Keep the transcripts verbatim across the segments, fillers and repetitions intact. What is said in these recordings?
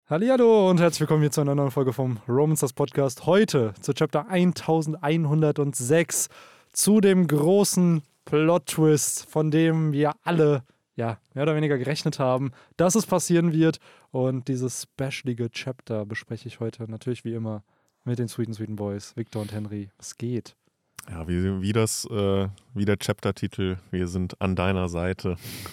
Hallihallo und herzlich willkommen hier zu einer neuen Folge vom Romancers Podcast. Heute zu Chapter elfhundertsechs, zu dem großen Plot-Twist, von dem wir alle ja, mehr oder weniger gerechnet haben, dass es passieren wird. Und dieses specialige Chapter bespreche ich heute natürlich wie immer mit den Sweeten Sweeten Boys, Victor und Henry. Es geht. Ja, wie, wie, das, äh, wie der Chapter-Titel, wir sind an deiner Seite,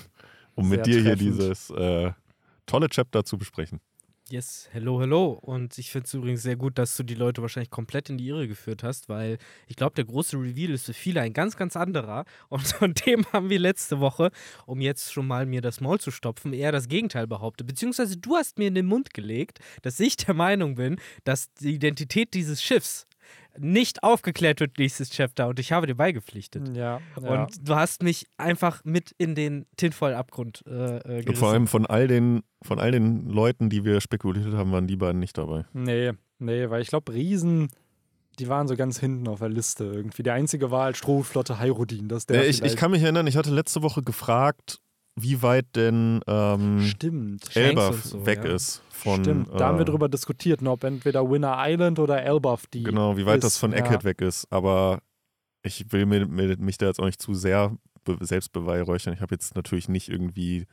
um Sehr mit dir treffend. hier dieses äh, tolle Chapter zu besprechen. Yes, hello, hello. Und ich finde es übrigens sehr gut, dass du die Leute wahrscheinlich komplett in die Irre geführt hast, weil ich glaube, der große Reveal ist für viele ein ganz, ganz anderer. Und von dem haben wir letzte Woche, um jetzt schon mal mir das Maul zu stopfen, eher das Gegenteil behauptet. Beziehungsweise du hast mir in den Mund gelegt, dass ich der Meinung bin, dass die Identität dieses Schiffs nicht aufgeklärt wird, nächstes Chapter, und ich habe dir beigepflichtet. Ja, ja. Und du hast mich einfach mit in den Tinfoil-Abgrund äh, äh, gerissen. Und vor allem von all, den, von all den Leuten, die wir spekuliert haben, waren die beiden nicht dabei. Nee, nee, weil ich glaube, Riesen, die waren so ganz hinten auf der Liste irgendwie. Der einzige war halt Strohflotte Hyrudin. Das der Äh, ich, ich kann mich erinnern, ich hatte letzte Woche gefragt, wie weit denn ähm, Stimmt. Elbaf und so, weg ja. ist. Von, Stimmt, da haben wir drüber diskutiert, ne, ob entweder Winter Island oder Elbaf die Genau, wie weit ist. das von Eckhead ja. weg ist. Aber ich will mir, mir, mich da jetzt auch nicht zu sehr be- selbst beweihräuchern. Ich habe jetzt natürlich nicht irgendwie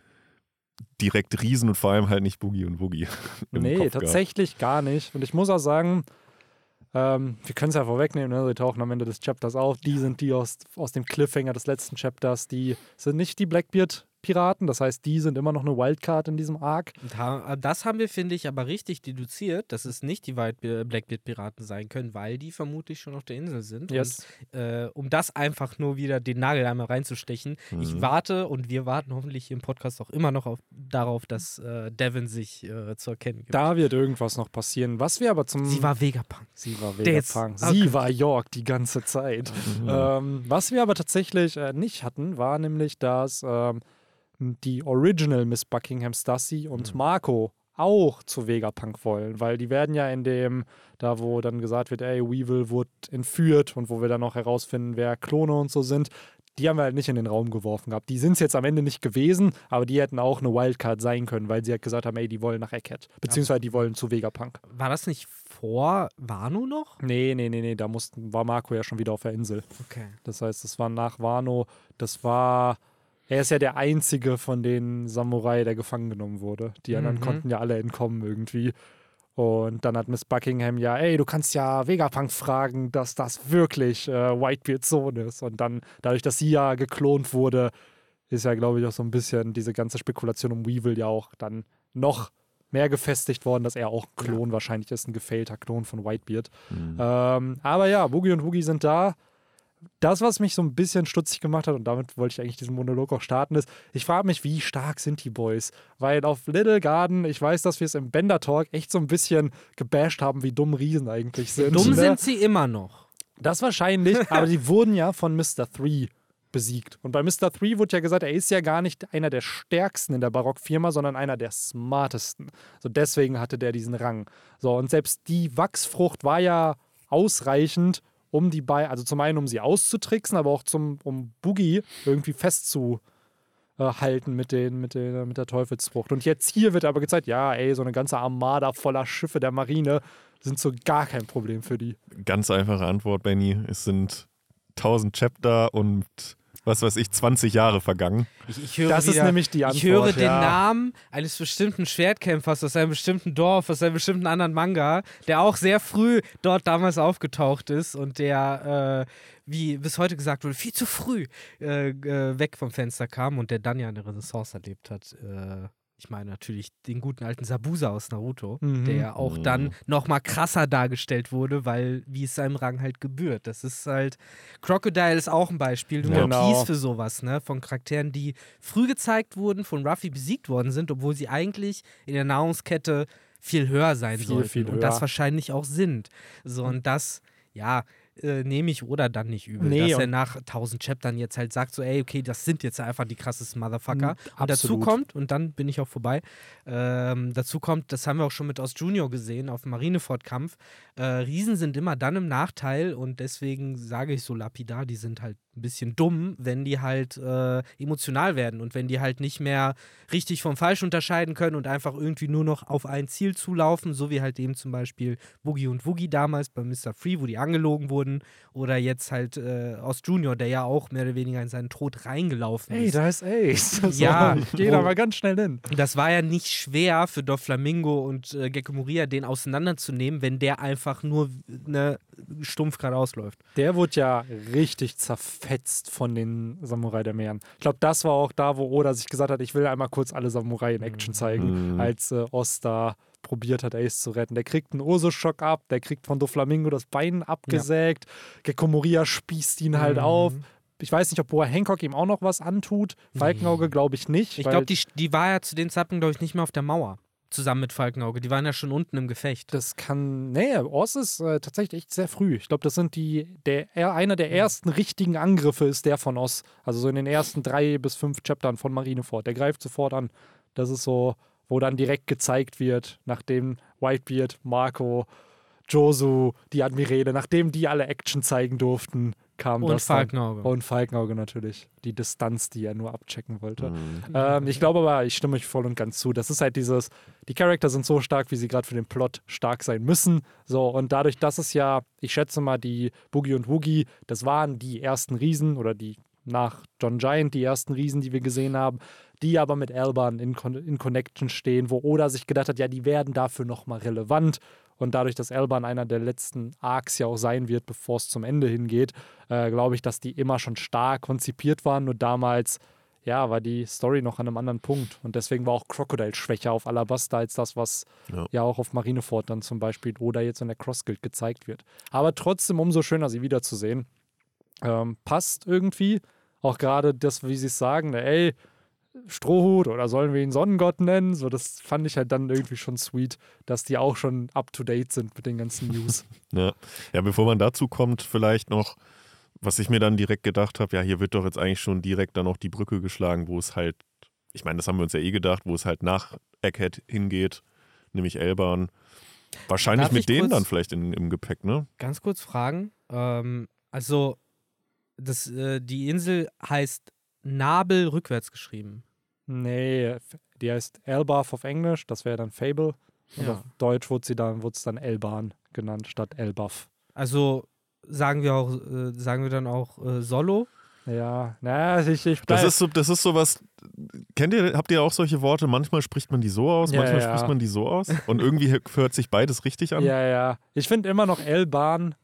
direkt Riesen und vor allem halt nicht Boogie und Woogie im Nee, Kopf gehabt. tatsächlich gar nicht. Und ich muss auch sagen, ähm, wir können es ja vorwegnehmen, ne? Sie tauchen am Ende des Chapters auf. Die sind die aus, aus dem Cliffhanger des letzten Chapters. Die sind nicht die Blackbeard-Piraten. Das heißt, die sind immer noch eine Wildcard in diesem Arc. Und ha- Das haben wir, finde ich, aber richtig deduziert, dass es nicht die White- Blackbeard-Piraten sein können, weil die vermutlich schon auf der Insel sind. Yes. Und äh, um das einfach nur wieder den Nagel einmal reinzustechen, Mhm. ich warte und wir warten hoffentlich hier im Podcast auch immer noch auf, darauf, dass äh, Devin sich äh, zu erkennen gibt. Da wird irgendwas noch passieren. Was wir aber zum... Sie war Vegapunk. Sie war Der jetzt- Vegapunk. Okay. Sie war York die ganze Zeit. Mhm. Ähm, was wir aber tatsächlich äh, nicht hatten, war nämlich, dass ähm, die Original Miss Buckingham, Stussy und Mhm. Marco auch zu Vegapunk wollen, weil die werden ja in dem, da wo dann gesagt wird, ey, Weevil wurde entführt und wo wir dann noch herausfinden, wer Klone und so sind, die haben wir halt nicht in den Raum geworfen gehabt. Die sind es jetzt am Ende nicht gewesen, aber die hätten auch eine Wildcard sein können, weil sie halt gesagt haben, ey, die wollen nach Egghead, beziehungsweise die wollen zu Vegapunk. War das nicht vor Wano noch? Nee, nee, nee, nee, da mussten, war Marco ja schon wieder auf der Insel. Okay. Das heißt, das war nach Wano, das war, er ist ja der einzige von den Samurai, der gefangen genommen wurde. Die anderen Mhm. konnten ja alle entkommen irgendwie. Und dann hat Miss Buckingham ja, ey, du kannst ja Vegapunk fragen, dass das wirklich äh, Whitebeards Sohn ist. Und dann, dadurch, dass sie ja geklont wurde, ist ja, glaube ich, auch so ein bisschen diese ganze Spekulation um Weevil ja auch dann noch mehr gefestigt worden, dass er auch ein Klon wahrscheinlich ist, ein gefailter Klon von Whitebeard. Mhm. Ähm, aber ja, Boogie und Woogie sind da. Das, was mich so ein bisschen stutzig gemacht hat, und damit wollte ich eigentlich diesen Monolog auch starten, ist, ich frage mich, wie stark sind die Boys? Weil auf Little Garden, ich weiß, dass wir es im Bender Talk echt so ein bisschen gebasht haben, wie dumm Riesen eigentlich sind. Dumm ne? sind sie immer noch. Das wahrscheinlich, aber die wurden ja von Mister Three besiegt. Und bei Mister Three wurde ja gesagt, er ist ja gar nicht einer der stärksten in der Barock-Firma, sondern einer der smartesten. So deswegen hatte der diesen Rang. So, und selbst die Wachsfrucht war ja ausreichend, um die bei, also zum einen, um sie auszutricksen, aber auch zum, um Boogie irgendwie festzuhalten mit, den, mit, den, mit der Teufelsfrucht. Und jetzt hier wird aber gezeigt, ja, ey, so eine ganze Armada voller Schiffe der Marine sind so gar kein Problem für die. Ganz einfache Antwort, Benny. Es sind tausend Chapter und was weiß ich, zwanzig Jahre vergangen. Ich, ich höre Das ist wieder, nämlich die Antwort. Ich höre den ja. Namen eines bestimmten Schwertkämpfers aus einem bestimmten Dorf, aus einem bestimmten anderen Manga, der auch sehr früh dort damals aufgetaucht ist und der, äh, wie bis heute gesagt wurde, viel zu früh äh, äh, weg vom Fenster kam und der dann ja eine Renaissance erlebt hat. Äh, ich meine natürlich den guten alten Sabusa aus Naruto, Mhm. der auch Mhm. dann noch mal krasser dargestellt wurde, weil wie es seinem Rang halt gebührt. Das ist halt, Crocodile ist auch ein Beispiel, du Ja. One Genau. Piece für sowas, ne, von Charakteren, die früh gezeigt wurden, von Ruffy besiegt worden sind, obwohl sie eigentlich in der Nahrungskette viel höher sein Viel, sollten viel und höher. das wahrscheinlich auch sind. So, und das, ja, äh, nehme ich Oda dann nicht übel. Nee, dass er und- nach tausend Chaptern jetzt halt sagt, so, ey, okay, das sind jetzt einfach die krassesten Motherfucker. Mm, Und dazu absolut. kommt, und dann bin ich auch vorbei, ähm, dazu kommt, das haben wir auch schon mit Ost Junior gesehen, auf dem Marineford-Kampf, äh, Riesen sind immer dann im Nachteil und deswegen sage ich so lapidar, die sind halt ein bisschen dumm, wenn die halt äh, emotional werden und wenn die halt nicht mehr richtig vom Falsch unterscheiden können und einfach irgendwie nur noch auf ein Ziel zulaufen, so wie halt eben zum Beispiel Boogie und Woogie damals bei Mister Free, wo die angelogen wurden, oder jetzt halt äh, Ost Junior, der ja auch mehr oder weniger in seinen Tod reingelaufen Ey, ist. da ist Ace. Ja, So, geh da wo- mal ganz schnell hin. Das war ja nicht schwer für Doflamingo und äh, Gecko Moria, den auseinanderzunehmen, wenn der einfach nur ne, stumpf geradeaus läuft. Der wurde ja richtig zerfetzt von den Samurai der Meeren. Ich glaube, das war auch da, wo Oda sich gesagt hat, ich will einmal kurz alle Samurai in Action zeigen, Mhm. als äh, Ost da probiert hat, Ace zu retten. Der kriegt einen Urso-Schock ab, der kriegt von Doflamingo das Bein abgesägt, Gecko Moria spießt ihn halt Mhm. auf. Ich weiß nicht, ob Boa Hancock ihm auch noch was antut. Falkenauge glaube ich nicht. Ich weil glaube, die, die war ja zu den Zeitpunkt, glaube ich, nicht mehr auf der Mauer. Zusammen mit Falkenauge. Die waren ja schon unten im Gefecht. Das kann. Nee, Oz ist äh, tatsächlich echt sehr früh. Ich glaube, das sind die. Der, er- einer der ersten richtigen Angriffe ist der von Oz. Also so in den ersten drei bis fünf Chaptern von Marineford. Der greift sofort an. Das ist so, wo dann direkt gezeigt wird, nachdem Whitebeard, Marco, Josu, die Admirale, nachdem die alle Action zeigen durften, kam Und das dann. Falkenauge. Und Falkenauge natürlich. Die Distanz, die er nur abchecken wollte. Mhm. Ähm, ich glaube aber, ich stimme euch voll und ganz zu. Das ist halt dieses, die Charakter sind so stark, wie sie gerade für den Plot stark sein müssen. So, und dadurch, dass es ja, ich schätze mal, die Boogie und Woogie, das waren die ersten Riesen oder die nach John Giant die ersten Riesen, die wir gesehen haben, die aber mit Elban in, Con in Connection stehen, wo Oda sich gedacht hat, ja, die werden dafür nochmal relevant. Und dadurch, dass Elban einer der letzten Arcs ja auch sein wird, bevor es zum Ende hingeht, äh, glaube ich, dass die immer schon stark konzipiert waren. Nur damals, ja, war die Story noch an einem anderen Punkt. Und deswegen war auch Crocodile schwächer auf Alabasta als das, was Ja. ja, auch auf Marineford dann zum Beispiel oder jetzt in der Cross Guild gezeigt wird. Aber trotzdem umso schöner, sie wiederzusehen. Ähm, passt irgendwie. Auch gerade das, wie sie es sagen, ne, ey, Strohhut oder sollen wir ihn Sonnengott nennen? So, das fand ich halt dann irgendwie schon sweet, dass die auch schon up to date sind mit den ganzen News. Ja. ja, bevor man dazu kommt, vielleicht noch, was ich mir dann direkt gedacht habe, ja, hier wird doch jetzt eigentlich schon direkt dann auch die Brücke geschlagen, wo es halt, ich meine, das haben wir uns ja eh gedacht, wo es halt nach Egghead hingeht, nämlich Elban. Wahrscheinlich Darf ich mit denen kurz- dann vielleicht in, im Gepäck, ne? Ganz kurz fragen. Ähm, also, das, äh, die Insel heißt Nabel rückwärts geschrieben. Nee, die heißt Elbaf auf Englisch, das wäre dann Fable. Und Ja. auf Deutsch wurde sie dann, wurde es dann Elban genannt, statt Elbaf. Also sagen wir auch, äh, sagen wir dann auch äh, Solo. Ja, na, ich, ich Das bleib- ist so, das ist sowas, kennt ihr, habt ihr auch solche Worte? Manchmal spricht man die so aus, Ja, manchmal ja. spricht man die so aus. Und irgendwie hört sich beides richtig an. Ja, ja. Ich finde immer noch Elban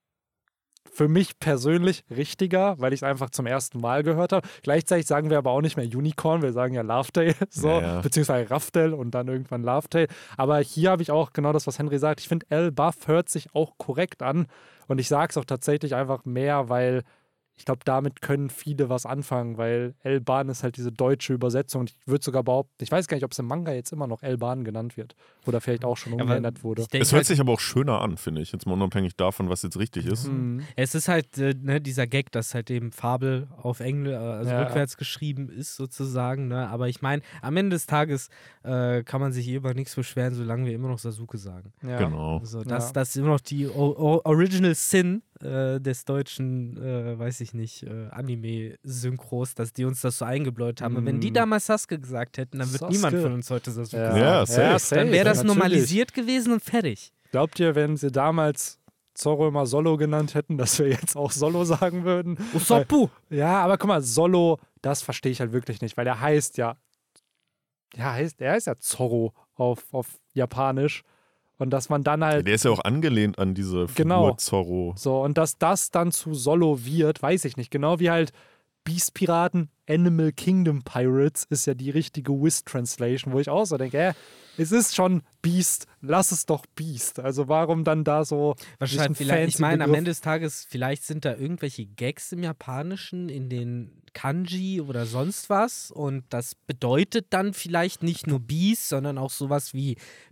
für mich persönlich richtiger, weil ich es einfach zum ersten Mal gehört habe. Gleichzeitig sagen wir aber auch nicht mehr Unicorn, wir sagen ja Lovedale, so, Ja, ja. beziehungsweise Raftel und dann irgendwann Lovedale. Aber hier habe ich auch genau das, was Henry sagt. Ich finde, Elbaf hört sich auch korrekt an und ich sage es auch tatsächlich einfach mehr, weil ich glaube, damit können viele was anfangen, weil Elban ist halt diese deutsche Übersetzung. Und ich würde sogar behaupten, ich weiß gar nicht, ob es im Manga jetzt immer noch Elban genannt wird oder vielleicht auch schon Aber umgeändert wurde. ich denk Es hört halt, sich aber auch schöner an, finde ich. Jetzt mal unabhängig davon, was jetzt richtig ist. Mhm. es ist halt äh, ne, dieser Gag, dass halt eben Fabel auf Englisch, äh, also Ja. rückwärts geschrieben ist sozusagen. Ne? Aber ich meine, am Ende des Tages äh, kann man sich eh über nichts beschweren, solange wir immer noch Sasuke sagen. Ja. Genau. Also das, Ja. das ist immer noch die o o Original Sin äh, des deutschen, äh, weiß ich nicht, äh, Anime-Synchros, dass die uns das so eingebläut haben. Und wenn die Mm. damals Sasuke gesagt hätten, dann wird Sasuke. niemand von uns heute Sasuke Ja, sagen. Ja, safe. ja, safe. Dann wäre das natürlich. normalisiert gewesen und fertig. Glaubt ihr, wenn sie damals Zorro immer Solo genannt hätten, dass wir jetzt auch Solo sagen würden? Usopp! Ja, aber guck mal, Solo, das verstehe ich halt wirklich nicht, weil der heißt ja, ja, heißt, er heißt ja Zorro auf, auf Japanisch. Und dass man dann halt Der ist ja auch angelehnt an diese Figur Genau. Zorro. so, und dass das dann zu Solo wird, weiß ich nicht. Genau wie halt Beast Piraten, Animal Kingdom Pirates ist ja die richtige Wiz-Translation, wo ich auch so denke, äh, es ist schon Beast, lass es doch Beast. Also warum dann da so Wahrscheinlich, diesen vielleicht, ich fancy meine, am Begriff? Ende des Tages, vielleicht sind da irgendwelche Gags im Japanischen in den Kanji oder sonst was und das bedeutet dann vielleicht nicht nur Beast, sondern auch sowas wie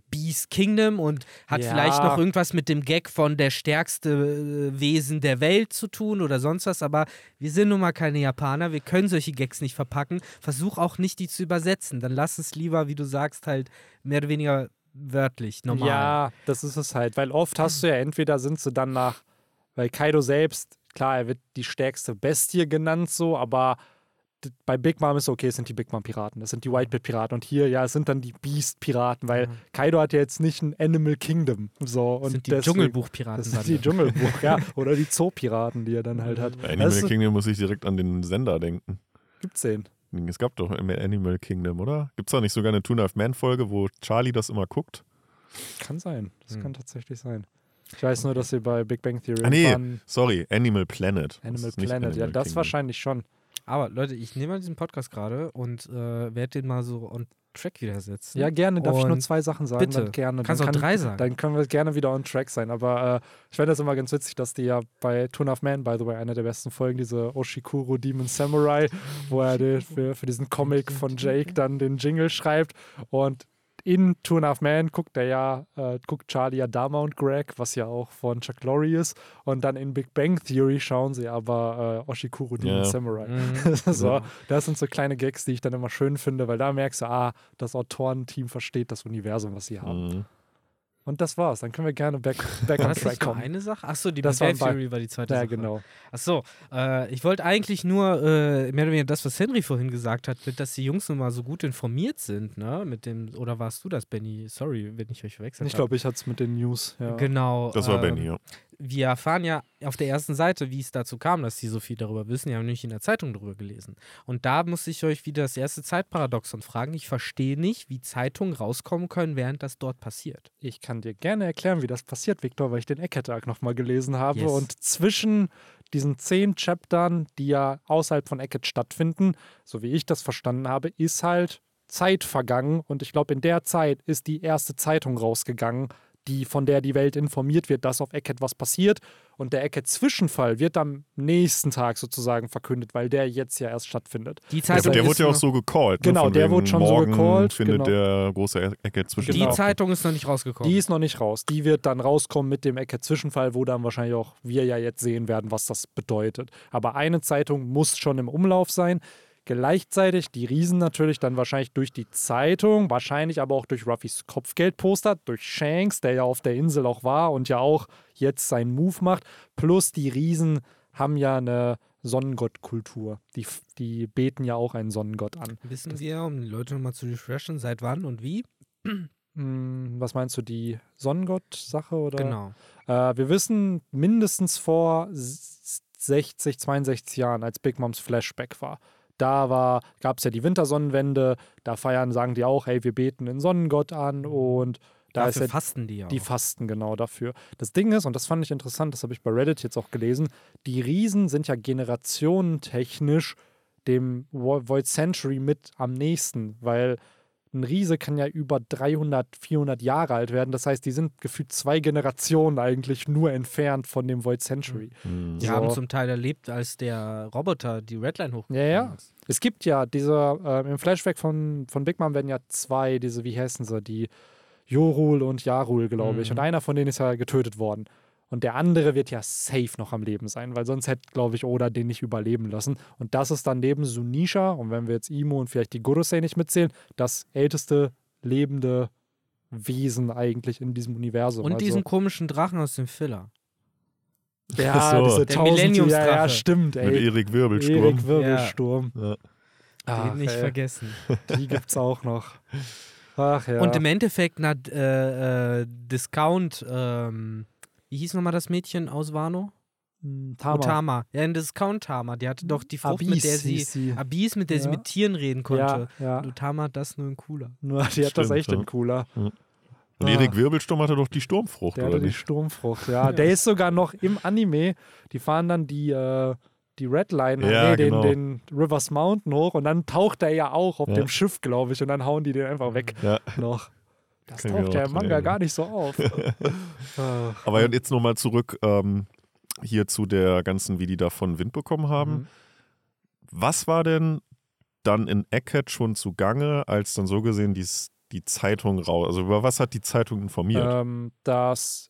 Beast Kingdom und hat Ja. vielleicht noch irgendwas mit dem Gag von der stärkste äh, Wesen der Welt zu tun oder sonst was, aber wir sind nun mal keine Japaner, wir können solche Gags nicht verpacken. Versuch auch nicht, die zu übersetzen. Dann lass es lieber, wie du sagst, halt mehr oder weniger wörtlich, normal. Ja, das ist es halt, weil oft hast du ja entweder sind sie dann nach, weil Kaido selbst, klar, er wird die stärkste Bestie genannt so, aber d- bei Big Mom ist okay, es sind die Big Mom Piraten, das sind die White Pit Piraten und hier, ja, es sind dann die Beast Piraten, weil Mhm. Kaido hat ja jetzt nicht ein Animal Kingdom, so. Das und sind die deswegen- Dschungelbuchpiraten. Das sind dann. die Dschungelbuch, ja, oder die Zoopiraten, die er dann halt hat. Bei Das Animal ist- Kingdom muss ich direkt an den Sender denken. Gibt's den? Es gab doch immer Animal Kingdom, oder? Gibt es da nicht sogar eine Two-and-a-Half-Man-Folge, wo Charlie das immer guckt? Kann sein, das Hm. kann tatsächlich sein. Ich weiß nur, dass sie bei Big Bang Theory Ah, nee. irgendwann Sorry, Animal Planet. Animal Das ist nicht Planet, ja, Animal das Kingdom. wahrscheinlich schon. Aber Leute, ich nehme mal diesen Podcast gerade und äh, werde den mal so on track wieder setzen. Ja, gerne. Darf ich nur Und zwei Sachen sagen? bitte. Dann gerne. Kannst dann auch drei sagen. Dann können wir gerne wieder on track sein. Aber äh, ich finde das immer ganz witzig, dass die ja bei Two and a Half Man, by the way, einer der besten Folgen, diese Oshikuro Demon Samurai, wo er die, für, für diesen Comic von Jake dann den Jingle schreibt. Und in Two and a Half Man guckt er ja, äh, guckt Charlie ja Dama und Greg, was ja auch von Chuck Lorre ist. Und dann in Big Bang Theory schauen sie aber äh, Oshikuro Demon Ja. Samurai. Mhm. So, das sind so kleine Gags, die ich dann immer schön finde, weil da merkst du, ah, das Autorenteam versteht das Universum, was sie haben. Mhm. Und das war's. Dann können wir gerne back, back War on das track nicht nur kommen. eine Sache? Achso, die Das Big Bang waren bei- Theory war die zweite Ja, Sache. genau. Achso, äh, ich wollte eigentlich nur äh, mehr oder weniger das, was Henry vorhin gesagt hat, mit, dass die Jungs nun mal so gut informiert sind, ne? Mit dem, oder warst du das, Benny? Sorry, wenn ich euch verwechselt Ich habe. glaube, ich hatte es mit den News. Ja. Genau. Das war ähm, Benny, ja. Wir erfahren ja auf der ersten Seite, wie es dazu kam, dass die so viel darüber wissen. Die haben nämlich in der Zeitung darüber gelesen. Und da muss ich euch wieder das erste Zeitparadoxon fragen. Ich verstehe nicht, wie Zeitungen rauskommen können, während das dort passiert. Ich kann dir gerne erklären, wie das passiert, Victor, weil ich den Eckert-Arc nochmal gelesen habe. Yes. Und zwischen diesen zehn Chaptern, die ja außerhalb von Eckert stattfinden, so wie ich das verstanden habe, ist halt Zeit vergangen. Und ich glaube, in der Zeit ist die erste Zeitung rausgegangen, die, von der die Welt informiert wird, dass auf Eckert was passiert. Und der Eckert-Zwischenfall wird am nächsten Tag sozusagen verkündet, weil der jetzt ja erst stattfindet. Die Der, Zeitung der ist wurde ja auch noch- so gecallt. Genau, ne? Von der wegen, wurde schon so morgen gecallt, findet genau. der große Ecke zwischen Die Genau. Zeitung ist noch nicht rausgekommen. Die ist noch nicht raus. Die wird dann rauskommen mit dem Eckert-Zwischenfall, wo dann wahrscheinlich auch wir ja jetzt sehen werden, was das bedeutet. Aber eine Zeitung muss schon im Umlauf sein. Gleichzeitig die Riesen natürlich dann wahrscheinlich durch die Zeitung, wahrscheinlich aber auch durch Ruffys Kopfgeldposter, durch Shanks, der ja auf der Insel auch war und ja auch jetzt seinen Move macht. Plus die Riesen haben ja eine Sonnengottkultur. Die, die beten ja auch einen Sonnengott an. Wissen wir, um die Leute nochmal zu refreshen, seit wann und wie? Hm, was meinst du, die Sonnengott-Sache? Oder? Genau. Äh, wir wissen mindestens vor s- sechzig, zweiundsechzig Jahren, als Big Moms Flashback war. Da gab es ja die Wintersonnenwende, da feiern, sagen die auch, hey, wir beten den Sonnengott an und da ist Dafür ja fasten die ja die auch. fasten genau dafür. Das Ding ist, und das fand ich interessant, das habe ich bei Reddit jetzt auch gelesen, die Riesen sind ja generationentechnisch dem Vo- Void Century mit am nächsten, weil ein Riese kann ja über dreihundert, vierhundert Jahre alt werden. Das heißt, die sind gefühlt zwei Generationen eigentlich nur entfernt von dem Void Century. Mhm. Die So. haben zum Teil erlebt, als der Roboter die Redline hochgekommen Ja, ja. ist. Es gibt ja diese, äh, im Flashback von, von Big Mom werden ja zwei, diese, wie heißen sie, die Jorul und Jarul, glaube ich. Mhm. Und einer von denen ist ja getötet worden. Und der andere wird ja safe noch am Leben sein, weil sonst hätte, glaube ich, Oda den nicht überleben lassen. Und das ist dann neben Sunisha, und wenn wir jetzt Imo und vielleicht die Gorosei nicht mitzählen, das älteste lebende Wesen eigentlich in diesem Universum. Und also, diesen komischen Drachen aus dem Filler. ja, Ach so. diese Der tausend, ja, ja, Millenniumsdrache. stimmt, Mit ey. Erik Wirbelsturm. Erik Wirbelsturm. Ja. Ach, Den nicht ey, vergessen. die gibt's auch noch. Ach ja. Und im Endeffekt, na, äh, äh, Discount, ähm, wie hieß nochmal das Mädchen aus Wano? Hm, Tama. Otama. Ja, in Discount-Tama. Die hatte doch die Frucht, mit der Abis sie, hieß sie. Abis, mit der sie Ja. mit Tieren reden konnte. Ja, ja. Und Otama hat das nur in cooler. Nur die hat das Stimmt, echt ja. in cooler. Und Ah. Erik Wirbelsturm hatte doch die Sturmfrucht, Der oder hatte die nicht? Sturmfrucht, ja. Der ist sogar noch im Anime. Die fahren dann die, äh, die Redline, Ja, nee, den, genau. den Rivers Mountain hoch und dann taucht er ja auch auf Ja. dem Schiff, glaube ich, und dann hauen die den einfach weg Ja. noch. Das Kann ich mir taucht ja auch im dran Manga erinnern. gar nicht so auf. Ach. Aber jetzt nochmal zurück ähm, hier zu der ganzen, wie die davon Wind bekommen haben. Mhm. Was war denn dann in Egghead schon zugange, als dann so gesehen die die Zeitung raus? Also über was hat die Zeitung informiert? Ähm, dass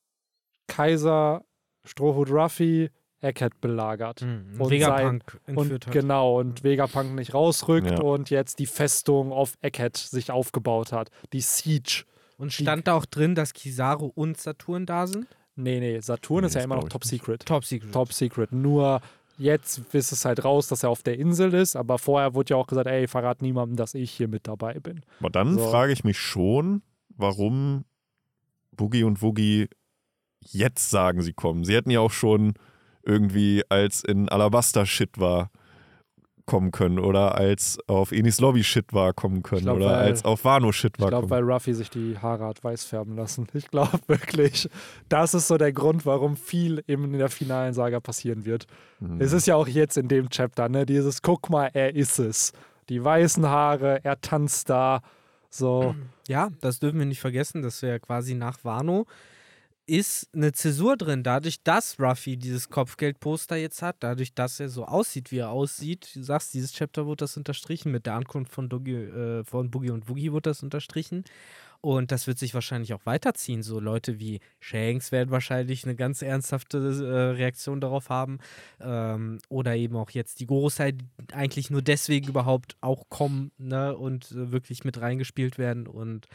Kaiser Strohhut Ruffy Egghead belagert. Mhm. Und Vegapunk sein, entführt und hat. genau, und Vegapunk nicht rausrückt Ja. und jetzt die Festung auf Egghead sich aufgebaut hat. Die Siege. Und stand da auch drin, dass Kizaru und Saturn da sind? Nee, nee, Saturn Nee, ist ja das immer noch glaub ich Top nicht. Secret. Top Secret. Top Secret. Nur jetzt ist es halt raus, dass er auf der Insel ist, aber vorher wurde ja auch gesagt, ey, verrat niemandem, dass ich hier mit dabei bin. Aber dann So. frage ich mich schon, warum Boogie und Woogie jetzt sagen, sie kommen. Sie hätten ja auch schon irgendwie, als in Alabasta Shit war, kommen können oder als auf Enis Lobby Shit war, kommen können glaub, oder weil- als auf Wano Shit Ich war, glaube, kommen weil Ruffy sich die Haare hat weiß färben lassen. Ich glaube wirklich, das ist so der Grund, warum viel eben in der finalen Saga passieren wird. Mhm. Es ist ja auch jetzt in dem Chapter, ne, dieses, guck mal, er ist es. Die weißen Haare, er tanzt da, so. Ja, das dürfen wir nicht vergessen, dass wir ja quasi nach Wano ist eine Zäsur drin, dadurch, dass Ruffy dieses Kopfgeldposter jetzt hat, dadurch, dass er so aussieht, wie er aussieht. Du sagst, dieses Chapter wurde das unterstrichen, mit der Ankunft von, Dogi, äh, von Boogie und Woogie wurde das unterstrichen. Und das wird sich wahrscheinlich auch weiterziehen. So Leute wie Shanks werden wahrscheinlich eine ganz ernsthafte äh, Reaktion darauf haben. Ähm, oder eben auch jetzt die Großteil, die eigentlich nur deswegen überhaupt auch kommen, ne, und äh, wirklich mit reingespielt werden. Und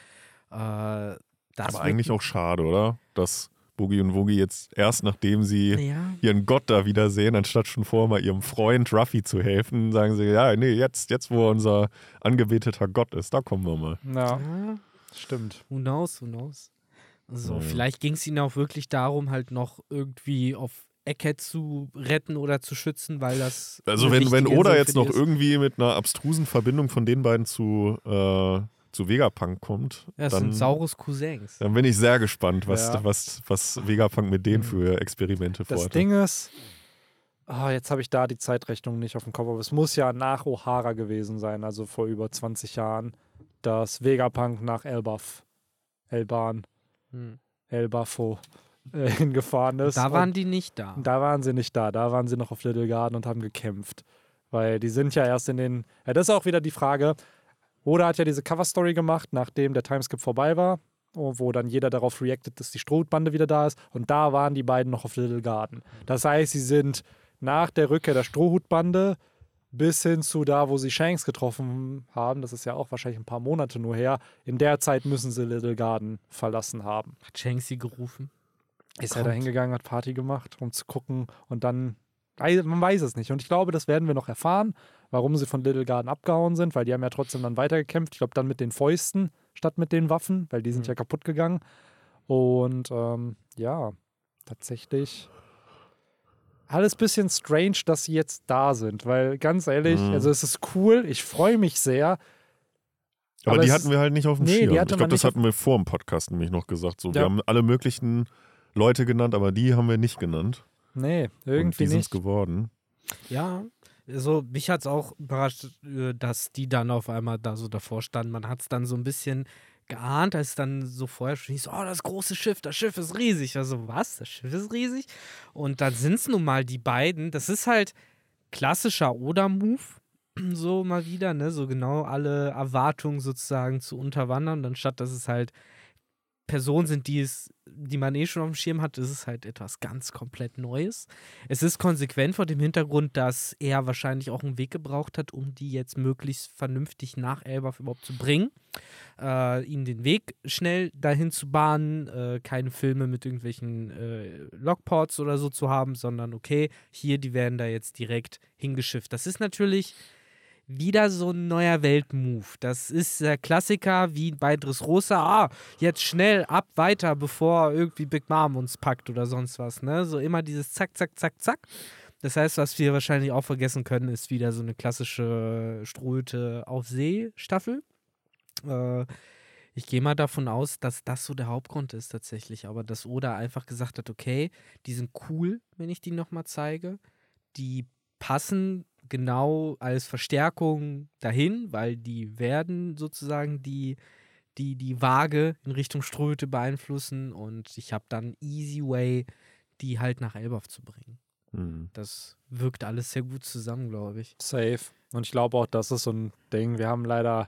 äh, das Aber wird- eigentlich auch schade, oder? Dass Boogie und Woogie jetzt erst nachdem sie Ja. ihren Gott da wiedersehen, anstatt schon vorher mal ihrem Freund Ruffy zu helfen, sagen sie, ja, nee, jetzt, jetzt wo unser angebeteter Gott ist, da kommen wir mal. Ja, Ja, stimmt. who knows, who knows. So, Ja. vielleicht ging es ihnen auch wirklich darum, halt noch irgendwie auf Egghead zu retten oder zu schützen, weil das. Also eine wenn, wenn wichtige Oda Insel jetzt für die noch ist. irgendwie mit einer abstrusen Verbindung von den beiden zu, äh, zu Vegapunk kommt, Ja, das dann, sind Saurus Cousins. dann bin ich sehr gespannt, was, Ja. was, was Vegapunk mit denen für Experimente Das vorhat. Ding ist, ah, jetzt habe ich da die Zeitrechnung nicht auf dem Kopf, aber es muss ja nach O'Hara gewesen sein, also vor über zwanzig Jahren, dass Vegapunk nach Elbaf, Elban, Hm. Elbafo äh, hingefahren ist. Da Und waren die nicht da. Da waren sie nicht da, da waren sie noch auf Little Garden und haben gekämpft. Weil die sind ja erst in den. Ja, das ist auch wieder die Frage. Oda hat ja diese Cover-Story gemacht, nachdem der Timeskip vorbei war, wo dann jeder darauf reactet, dass die Strohbande wieder da ist. Und da waren die beiden noch auf Little Garden. Das heißt, sie sind nach der Rückkehr der Strohhutbande bis hin zu da, wo sie Shanks getroffen haben, das ist ja auch wahrscheinlich ein paar Monate nur her, in der Zeit müssen sie Little Garden verlassen haben. Hat Shanks sie gerufen? Ist er Kommt. da hingegangen, hat Party gemacht, um zu gucken und dann, man weiß es nicht. Und ich glaube, das werden wir noch erfahren, warum sie von Little Garden abgehauen sind, weil die haben ja trotzdem dann weitergekämpft. Ich glaube, dann mit den Fäusten statt mit den Waffen, weil die sind Mhm. ja kaputt gegangen. Und ähm, ja, tatsächlich alles ein bisschen strange, dass sie jetzt da sind, weil ganz ehrlich, Mhm. also es ist cool, ich freue mich sehr. Aber, aber die es- hatten wir halt nicht auf dem nee, die Schirm. Ich hatte glaube, man das nicht auf- hatten wir vor dem Podcast nämlich noch gesagt. So, wir Ja. haben alle möglichen Leute genannt, aber die haben wir nicht genannt. Nee, Und irgendwie die sind es nicht. geworden. Ja, also mich hat es auch überrascht, äh, dass die dann auf einmal da so davor standen. Man hat es dann so ein bisschen geahnt, als dann so vorher schon hieß, oh, das große Schiff, das Schiff ist riesig. Also was, das Schiff ist riesig? Und dann sind es nun mal die beiden. Das ist halt klassischer Oda-Move, so mal wieder, ne? So genau alle Erwartungen sozusagen zu unterwandern. Und anstatt, dass es halt Personen sind, die es, die man eh schon auf dem Schirm hat, ist es halt etwas ganz komplett Neues. Es ist konsequent vor dem Hintergrund, dass er wahrscheinlich auch einen Weg gebraucht hat, um die jetzt möglichst vernünftig nach Elbaf überhaupt zu bringen. Äh, ihnen den Weg schnell dahin zu bahnen, äh, keine Filme mit irgendwelchen äh, Logports oder so zu haben, sondern okay, hier, die werden da jetzt direkt hingeschifft. Das ist natürlich wieder so ein neuer Weltmove. Das ist der Klassiker wie bei Dressrosa. Ah, jetzt schnell ab, weiter, bevor irgendwie Big Mom uns packt oder sonst was. Ne? So immer dieses Zack, Zack, Zack, Zack. Das heißt, was wir wahrscheinlich auch vergessen können, ist wieder so eine klassische Ströte auf See-Staffel. Äh, ich gehe mal davon aus, dass das so der Hauptgrund ist tatsächlich. Aber dass Oda einfach gesagt hat, okay, die sind cool, wenn ich die nochmal zeige. Die passen genau als Verstärkung dahin, weil die werden sozusagen die, die, die Waage in Richtung Ströte beeinflussen und ich habe dann easy way, die halt nach Elbaf zu bringen. Mhm. Das wirkt alles sehr gut zusammen, glaube ich. Safe. Und ich glaube auch, das ist so ein Ding. Wir haben leider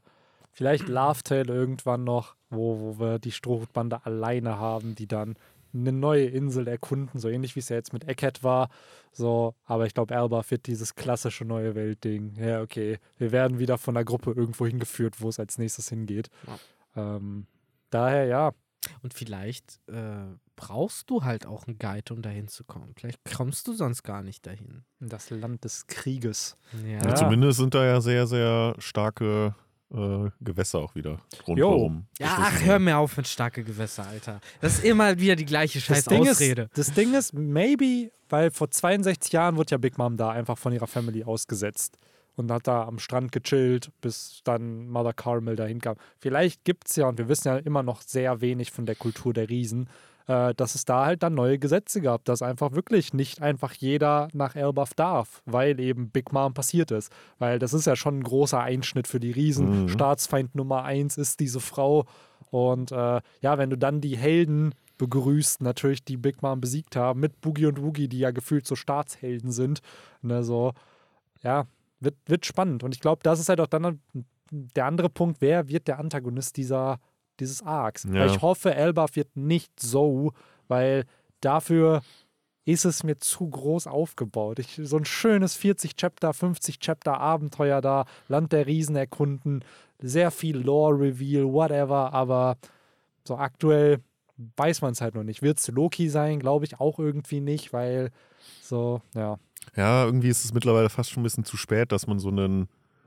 Vielleicht Laughtale irgendwann noch, wo, wo wir die Strohhutbande alleine haben, die dann eine neue Insel erkunden, so ähnlich wie es ja jetzt mit Egghead war. So, aber ich glaube, Elbaf wird dieses klassische neue Welt-Ding. Ja, okay, wir werden wieder von der Gruppe irgendwo hingeführt, wo es als nächstes hingeht. Ja. Ähm, daher, ja. Und vielleicht äh, brauchst du halt auch einen Guide, um dahin zu kommen. Vielleicht kommst du sonst gar nicht dahin. Das Land des Krieges. Ja. Ja, zumindest sind da ja sehr, sehr starke äh, Gewässer auch wieder rundherum. Ja, ach, hör mir auf mit starke Gewässer, Alter. Das ist immer wieder die gleiche scheiß Das Ding Ausrede. Ist, das Ding ist, maybe, weil vor zweiundsechzig Jahren wurde ja Big Mom da einfach von ihrer Family ausgesetzt und hat da am Strand gechillt, bis dann Mother Carmel dahin kam. Vielleicht gibt es ja, und wir wissen ja immer noch sehr wenig von der Kultur der Riesen, äh, dass es da halt dann neue Gesetze gab, dass einfach wirklich nicht einfach jeder nach Elbaf darf, weil eben Big Mom passiert ist. Weil das ist ja schon ein großer Einschnitt für die Riesen. Mhm. Staatsfeind Nummer eins ist diese Frau. Und äh, ja, wenn du dann die Helden begrüßt, natürlich, die Big Mom besiegt haben, mit Boogie und Woogie, die ja gefühlt so Staatshelden sind. Ne, so, ja, wird, wird spannend. Und ich glaube, das ist halt auch dann der andere Punkt, wer wird der Antagonist dieser, dieses Arcs? Ja. Weil ich hoffe, Elbaf wird nicht so, weil dafür ist es mir zu groß aufgebaut. Ich, so ein schönes vierzig Chapter, fünfzig Chapter Abenteuer da, Land der Riesen erkunden, sehr viel Lore-Reveal, whatever, aber so aktuell weiß man es halt noch nicht. Wird es Loki sein? Glaube ich auch irgendwie nicht, weil so, ja. Ja, irgendwie ist es mittlerweile fast schon ein bisschen zu spät, dass man so einen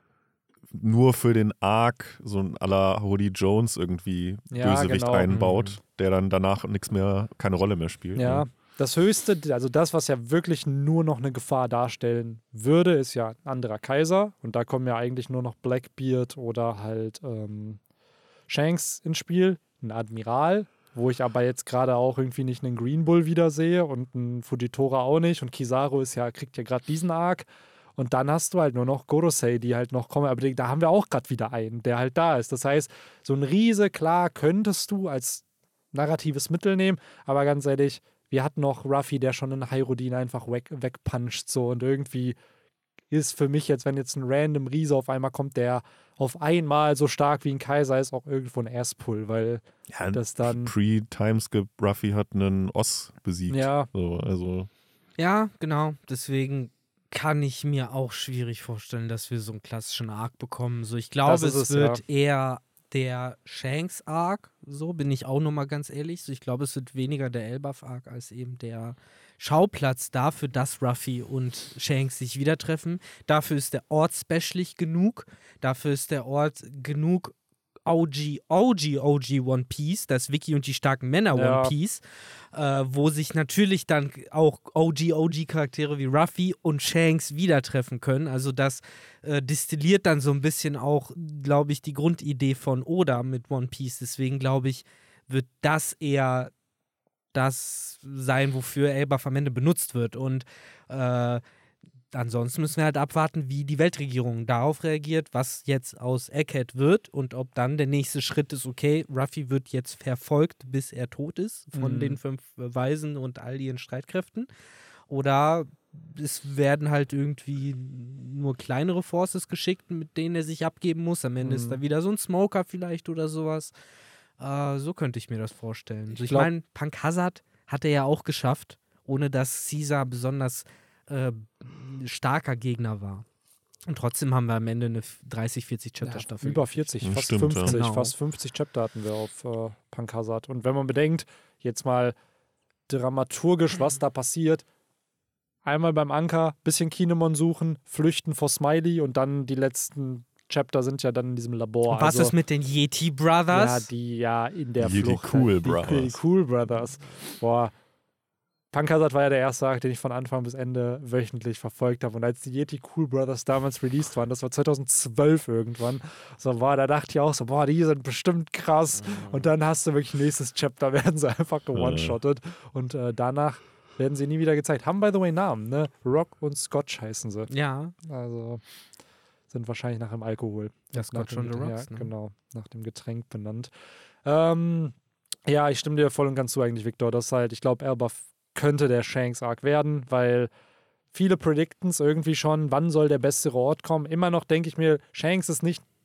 nur für den Arc, so ein à la Hoodie Jones irgendwie Ja, Bösewicht genau. einbaut, Mhm. der dann danach nichts mehr, keine Rolle mehr spielt. Ja, Ne? das Höchste, also das, was ja wirklich nur noch eine Gefahr darstellen würde, ist ja ein anderer Kaiser. Und da kommen ja eigentlich nur noch Blackbeard oder halt ähm, Shanks ins Spiel, ein Admiral, wo ich aber jetzt gerade auch irgendwie nicht einen Green Bull wieder sehe und einen Fujitora auch nicht. Und Kizaru ist ja, kriegt ja gerade diesen Arc. Und dann hast du halt nur noch Gorosei, die halt noch kommen. Aber da haben wir auch gerade wieder einen, der halt da ist. Das heißt, so ein Riese, klar, könntest du als narratives Mittel nehmen. Aber ganz ehrlich, wir hatten noch Ruffy, der schon einen Hyrule einfach weg, wegpuncht. So. Und irgendwie ist für mich jetzt, wenn jetzt ein random Riese auf einmal kommt, der auf einmal so stark wie ein Kaiser ist, auch irgendwo ein Ass-Pull, weil Ja, das dann... Pre-Timeskip, Ruffy hat einen Oss besiegt. Ja, So, also, Ja, genau. Deswegen kann ich mir auch schwierig vorstellen, dass wir so einen klassischen Arc bekommen. So, ich glaube, Das ist es es, wird ja. eher der Shanks-Arc, so bin ich auch nochmal ganz ehrlich. So, ich glaube, es wird weniger der Elbaf-Arc als eben der Schauplatz dafür, dass Ruffy und Shanks sich wieder treffen. Dafür ist der Ort specialig genug. Dafür ist der Ort genug O G, O G, O G One Piece, das Wiki und die starken Männer Ja. One Piece, äh, wo sich natürlich dann auch O G, O G-Charaktere wie Ruffy und Shanks wieder treffen können. Also das äh, destilliert dann so ein bisschen auch, glaube ich, die Grundidee von Oda mit One Piece. Deswegen glaube ich, wird das eher das sein, wofür Elbaf am Ende benutzt wird. Und äh, ansonsten müssen wir halt abwarten, wie die Weltregierung darauf reagiert, was jetzt aus Egghead wird und ob dann der nächste Schritt ist, okay, Ruffy wird jetzt verfolgt, bis er tot ist von Mhm. den fünf Weisen und all ihren Streitkräften. Oder es werden halt irgendwie nur kleinere Forces geschickt, mit denen er sich abgeben muss. Am Ende Mhm. ist da wieder so ein Smoker vielleicht oder sowas. Äh, so könnte ich mir das vorstellen. Ich So, ich glaub- meine, Punk Hazard hat er ja auch geschafft, ohne dass Caesar besonders äh, starker Gegner war. Und trotzdem haben wir am Ende eine dreißig, vierzig Chapter Ja, Staffel. über vierzig, Ja, fast stimmt, ja. fünfzig, Genau. fast fünfzig Chapter hatten wir auf äh, Punk Hazard. Und wenn man bedenkt, jetzt mal dramaturgisch, was da passiert, einmal beim Anker, bisschen Kinemon suchen, flüchten vor Smiley und dann die letzten Chapter sind ja dann in diesem Labor. Und was also, ist mit den Yeti ja, Brothers? die ja in der Die- die Flucht. Cool die, Brothers. Die Cool Brothers. Boah. Punk Hazard war ja der erste Arc, den ich von Anfang bis Ende wöchentlich verfolgt habe. Und als die Yeti Cool Brothers damals released waren, das war zweitausendzwölf irgendwann, so war, da dachte ich auch so, boah, die sind bestimmt krass. Und dann hast du wirklich nächstes Chapter, werden sie einfach gewone-shottet. Und äh, danach werden sie nie wieder gezeigt. Haben, by the way, Namen, ne? Rock und Scotch heißen sie. Ja, Also sind wahrscheinlich nach dem Alkohol. das Nach Scotch dem on the Get- Rocks. Ja, Ne? genau, nach dem Getränk benannt. Ähm, ja, ich stimme dir voll und ganz zu eigentlich, Victor. Das ist halt, ich glaube, Elbaf könnte der Shanks-Arc werden, weil viele predicten es irgendwie schon, wann soll der bessere Ort kommen. Immer noch denke ich mir, Shanks ist nicht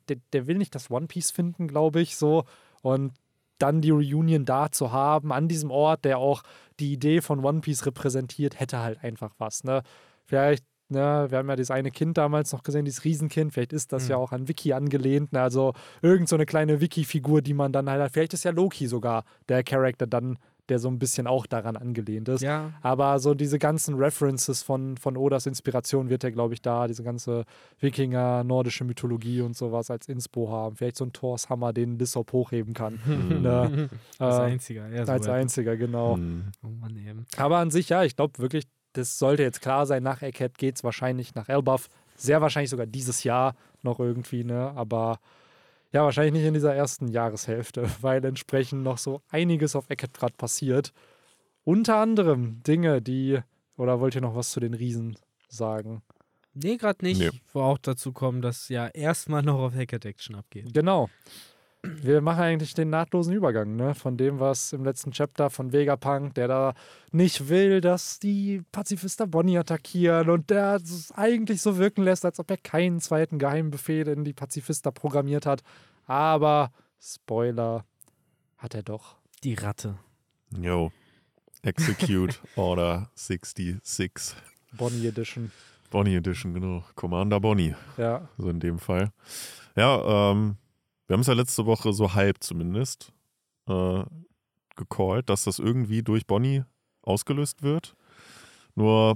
der, der will nicht das One Piece finden, glaube ich, so. Und dann die Reunion da zu haben, an diesem Ort, der auch die Idee von One Piece repräsentiert, hätte halt einfach was, ne? Vielleicht, ne, wir haben ja dieses eine Kind damals noch gesehen, dieses Riesenkind, vielleicht ist das Mhm. ja auch an Wiki angelehnt, ne? Also irgend so eine kleine Wiki-Figur, die man dann halt hat. Vielleicht ist ja Loki sogar der Charakter dann, der so ein bisschen auch daran angelehnt ist. Ja, Aber so diese ganzen References von, von Odas Inspiration wird ja, glaube ich, da, diese ganze Wikinger, nordische Mythologie und sowas als Inspo haben. Vielleicht so ein Thors Hammer, den Lissop hochheben kann. ne? als äh, einziger. Ja, so als weit. einziger, genau. Hm. Oh Mann, ey. Aber an sich, ja, ich glaube wirklich, das sollte jetzt klar sein, nach Egghead geht es wahrscheinlich nach Elbaf. Sehr wahrscheinlich sogar dieses Jahr noch irgendwie, ne? Aber ja, wahrscheinlich nicht in dieser ersten Jahreshälfte, weil entsprechend noch so einiges auf Egghead gerade passiert. Unter anderem Dinge, die, oder wollt ihr noch was zu den Riesen sagen? Nee, gerade nicht. Nee. Wo auch dazu kommen, dass ja erstmal noch auf Hackett Action abgeht. Genau. Wir machen eigentlich den nahtlosen Übergang, ne? Von dem, was im letzten Chapter von Vegapunk, der da nicht will, dass die Pazifista Bonnie attackieren und der es eigentlich so wirken lässt, als ob er keinen zweiten Geheimbefehl in die Pazifista programmiert hat. Aber, Spoiler, hat er doch. Die Ratte. Yo. Execute Order sechsundsechzig. Bonnie Edition. Bonnie Edition, genau. Commander Bonnie, Ja. so in dem Fall. Ja, ähm, wir haben es ja letzte Woche so halb zumindest äh, gecallt, dass das irgendwie durch Bonnie ausgelöst wird. Nur,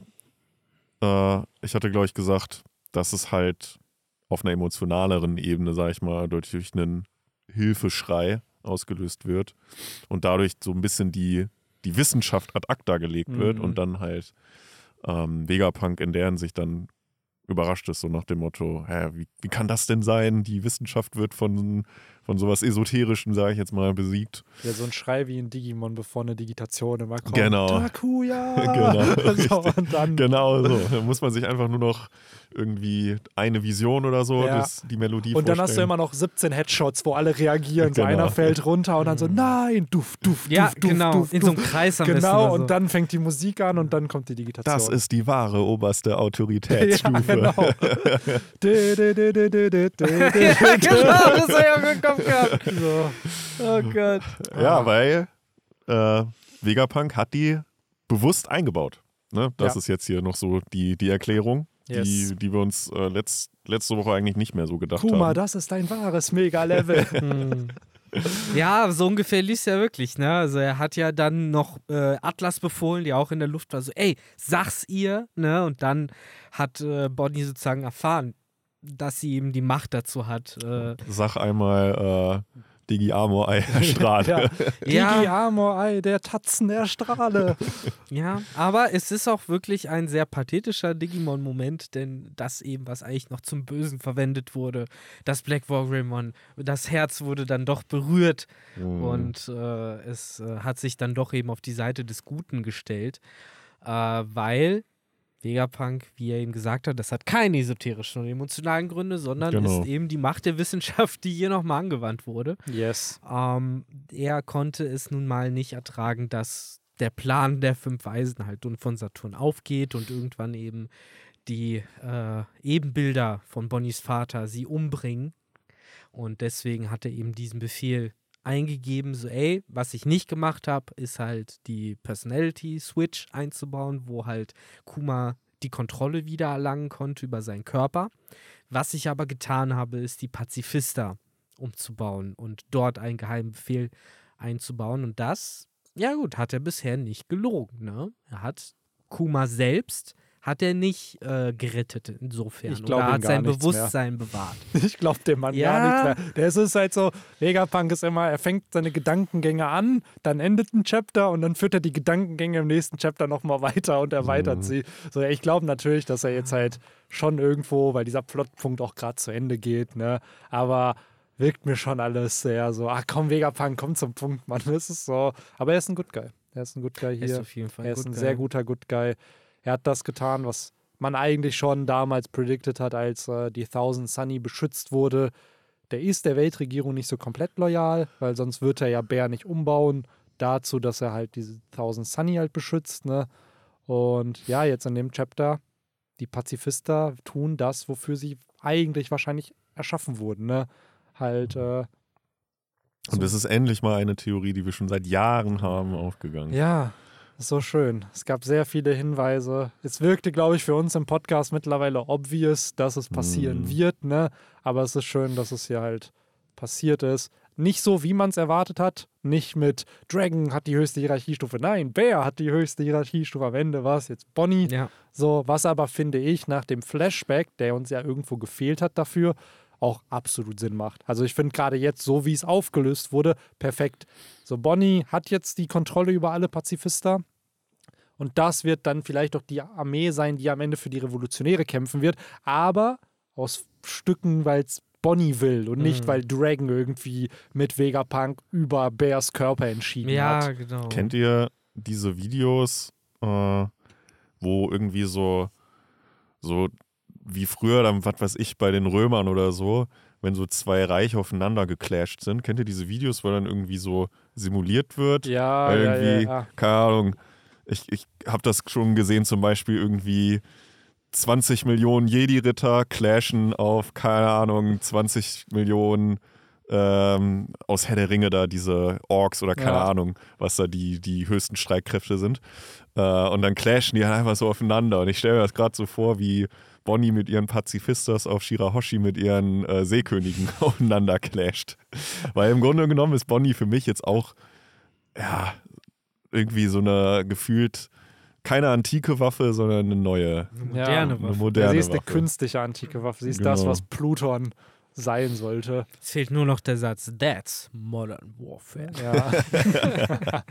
äh, ich hatte, glaube ich, gesagt, dass es halt auf einer emotionaleren Ebene, sag ich mal, durch, durch einen Hilfeschrei ausgelöst wird und dadurch so ein bisschen die, die Wissenschaft ad acta gelegt wird Mhm. und dann halt ähm, Vegapunk in der Hinsicht dann überrascht ist, so nach dem Motto, hä, wie, wie kann das denn sein? Die Wissenschaft wird von, von sowas Esoterischem, sage ich jetzt mal, besiegt. Ja, so ein Schrei wie in Digimon, bevor eine Digitation immer kommt. Genau. Takuya! Genau, so, richtig. und dann, Genau so. Da muss man sich einfach nur noch irgendwie eine Vision oder so, Ja. das, die Melodie und dann hast du vorstellen. immer noch siebzehn Headshots, wo alle reagieren. So Genau. einer fällt runter und dann so, nein, duff, duff, Ja, duff, duff, genau. duff, In so duff. einem Kreis am besten. Genau, oder so. und dann fängt die Musik an und dann kommt die Digitation. Das ist die wahre oberste ja, Autoritätsstufe. genau. Dä, dä, dä, dä, dä, dä, dä, ja, dä. genau, das habe ich auch im Kopf gehabt. So. Oh Gott. Ja, weil äh, Vegapunk hat die bewusst eingebaut. Ne? Das Ja. ist jetzt hier noch so die, die Erklärung, Yes. die, die wir uns äh, letzt, letzte Woche eigentlich nicht mehr so gedacht Kuma, haben. das ist ein wahres Mega-Level. Hm. Ja, so ungefähr lief es ja wirklich, ne? Also er hat ja dann noch äh, Atlas befohlen, die auch in der Luft war, so, ey, sag's ihr, ne? Und dann hat äh, Bonnie sozusagen erfahren, dass sie eben die Macht dazu hat. Äh, Sag einmal äh, Digi Amor Ei Strahle. ja. Ja. Digi Amor Ei, der Tatzen der Strahle. ja, aber es ist auch wirklich ein sehr pathetischer Digimon-Moment, denn das eben, was eigentlich noch zum Bösen verwendet wurde, das Black Wargreymon, das Herz wurde dann doch berührt. Mhm. Und äh, es äh, hat sich dann doch eben auf die Seite des Guten gestellt, äh, weil Vegapunk, wie er eben gesagt hat, das hat keine esoterischen und emotionalen Gründe, sondern Genau. ist eben die Macht der Wissenschaft, die hier nochmal angewandt wurde. Yes. Ähm, er konnte es nun mal nicht ertragen, dass der Plan der fünf Weisen halt und von Saturn aufgeht und irgendwann eben die äh, Ebenbilder von Bonnies Vater sie umbringen. Und deswegen hat er eben diesen Befehl eingegeben, so ey, was ich nicht gemacht habe, ist halt die Personality-Switch einzubauen, wo halt Kuma die Kontrolle wieder erlangen konnte über seinen Körper. Was ich aber getan habe, ist die Pazifista umzubauen und dort einen geheimen Befehl einzubauen. Und das, ja gut, hat er bisher nicht gelogen. Ne? Er hat Kuma selbst hat er nicht äh, gerettet insofern. Ich glaub Oder ihm hat gar sein nichts Bewusstsein bewahrt. Ich glaube dem Mann Ja. gar nichts mehr. Der ist es halt so, Vegapunk ist immer, er fängt seine Gedankengänge an, dann endet ein Chapter und dann führt er die Gedankengänge im nächsten Chapter nochmal weiter und erweitert Mhm. sie. So, ich glaube natürlich, dass er jetzt halt schon irgendwo, weil dieser Plotpunkt auch gerade zu Ende geht, ne, aber wirkt mir schon alles sehr so, ach komm Vegapunk, komm zum Punkt, Mann, das ist so. Aber er ist ein Good Guy. Er ist ein Good Guy Er ist hier. auf jeden Fall Er ist gut ein geil. sehr guter Good Guy. Er hat das getan, was man eigentlich schon damals predicted hat, als äh, die Thousand Sunny beschützt wurde. Der ist der Weltregierung nicht so komplett loyal, weil sonst wird er ja Bär nicht umbauen dazu, dass er halt diese Thousand Sunny halt beschützt, ne? Und ja, jetzt in dem Chapter, die Pazifista tun das, wofür sie eigentlich wahrscheinlich erschaffen wurden, ne? Halt, äh, Und das ist endlich mal eine Theorie, die wir schon seit Jahren haben, aufgegangen. ja, so schön. Es gab sehr viele Hinweise. Es wirkte, glaube ich, für uns im Podcast mittlerweile obvious, dass es passieren Mhm. wird, ne? Aber es ist schön, dass es hier halt passiert ist. Nicht so, wie man es erwartet hat. Nicht mit Dragon hat die höchste Hierarchiestufe. Nein, Bear hat die höchste Hierarchiestufe. Am Ende war es jetzt Bonnie. Ja. So, was aber, finde ich, nach dem Flashback, der uns ja irgendwo gefehlt hat dafür, auch absolut Sinn macht. Also ich finde gerade jetzt, so wie es aufgelöst wurde, perfekt. So, Bonnie hat jetzt die Kontrolle über alle Pazifister. Und das wird dann vielleicht auch die Armee sein, die am Ende für die Revolutionäre kämpfen wird. Aber aus Stücken, weil es Bonnie will und nicht, Mhm. weil Dragon irgendwie mit Vegapunk über Bears Körper entschieden Ja, hat. genau. Kennt ihr diese Videos, äh, wo irgendwie so, so wie früher, dann, was weiß ich, bei den Römern oder so, wenn so zwei Reiche aufeinander geclasht sind? Kennt ihr diese Videos, wo dann irgendwie so simuliert wird? Ja, Weil ja, irgendwie, ja, ja. keine Ahnung, ich, ich habe das schon gesehen, zum Beispiel irgendwie zwanzig Millionen Jedi-Ritter clashen auf, keine Ahnung, zwanzig Millionen ähm, aus Herr der Ringe da, diese Orks oder keine Ja. Ahnung, was da die, die höchsten Streitkräfte sind. Äh, und dann clashen die halt einfach so aufeinander. Und ich stelle mir das gerade so vor, wie Bonnie mit ihren Pazifistas auf Shirahoshi mit ihren äh, Seekönigen aufeinander clasht. Weil im Grunde genommen ist Bonnie für mich jetzt auch, ja, irgendwie so eine gefühlt keine antike Waffe, sondern eine neue, Eine moderne eine Waffe. Ja, moderne sie ist eine Waffe. künstliche antike Waffe. Sie ist Genau. das, was Pluton sein sollte. Es fehlt nur noch der Satz, that's modern warfare. Ja.